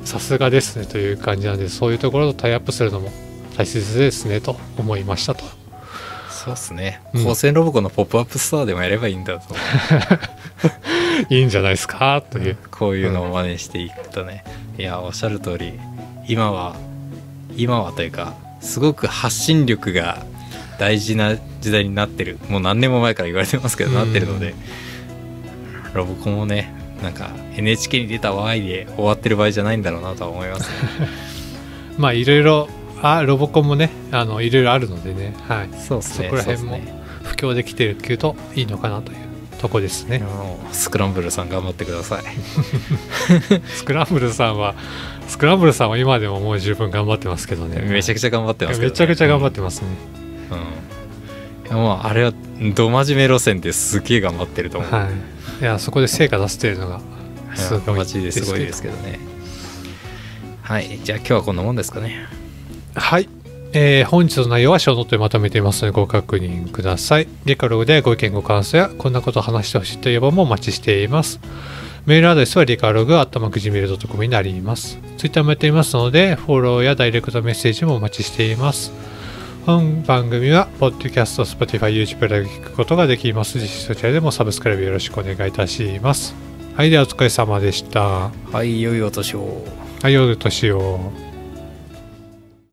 さすがですねという感じなんで、そういうところとタイアップするのも大切ですねと思いましたと。 そうですね。高専ロボコンのポップアップスターでもやればいいんだといいんじゃないですかという、 こういうのを真似していくとね、いやおっしゃる通り今はというかすごく発信力が大事な時代になってる、もう何年も前から言われてますけどなってるので、ロボコンもねなんか NHK に出たわーいで終わってる場合じゃないんだろうなとは思いますね。 まあいろいろロボコンもねいろいろあるのでね、はい、 そうですね、 そこら辺も布教できてるっていうといいのかなというとこですね。 スクランブルさん頑張ってください。 スクランブルさんは今でももう十分頑張ってますけどね。 めちゃくちゃ頑張ってますけどね。 めちゃくちゃ頑張ってますね。 もうあれはど真面目路線ですげえ頑張ってると思う。 はい、いやそこで成果出してるのがすごいマジですごいですけどね。はい、じゃあ今日はこんなもんですかね。 はい、本日の内容はショーノートでまとめていますのでご確認ください。リカログでご意見ご感想やこんなことを話してほしいという要望もお待ちしています。メールアドレスはリカログ@gmail.com になります。ツイッターもやっていますのでフォローやダイレクトメッセージもお待ちしています。本番組はポッドキャスト、Spotify、YouTube で聞くことができます。ぜひそちらでもサブスクライブよろしくお願いいたします。はい、ではお疲れ様でした。 はい、良いお年を。 はい、良いお年を。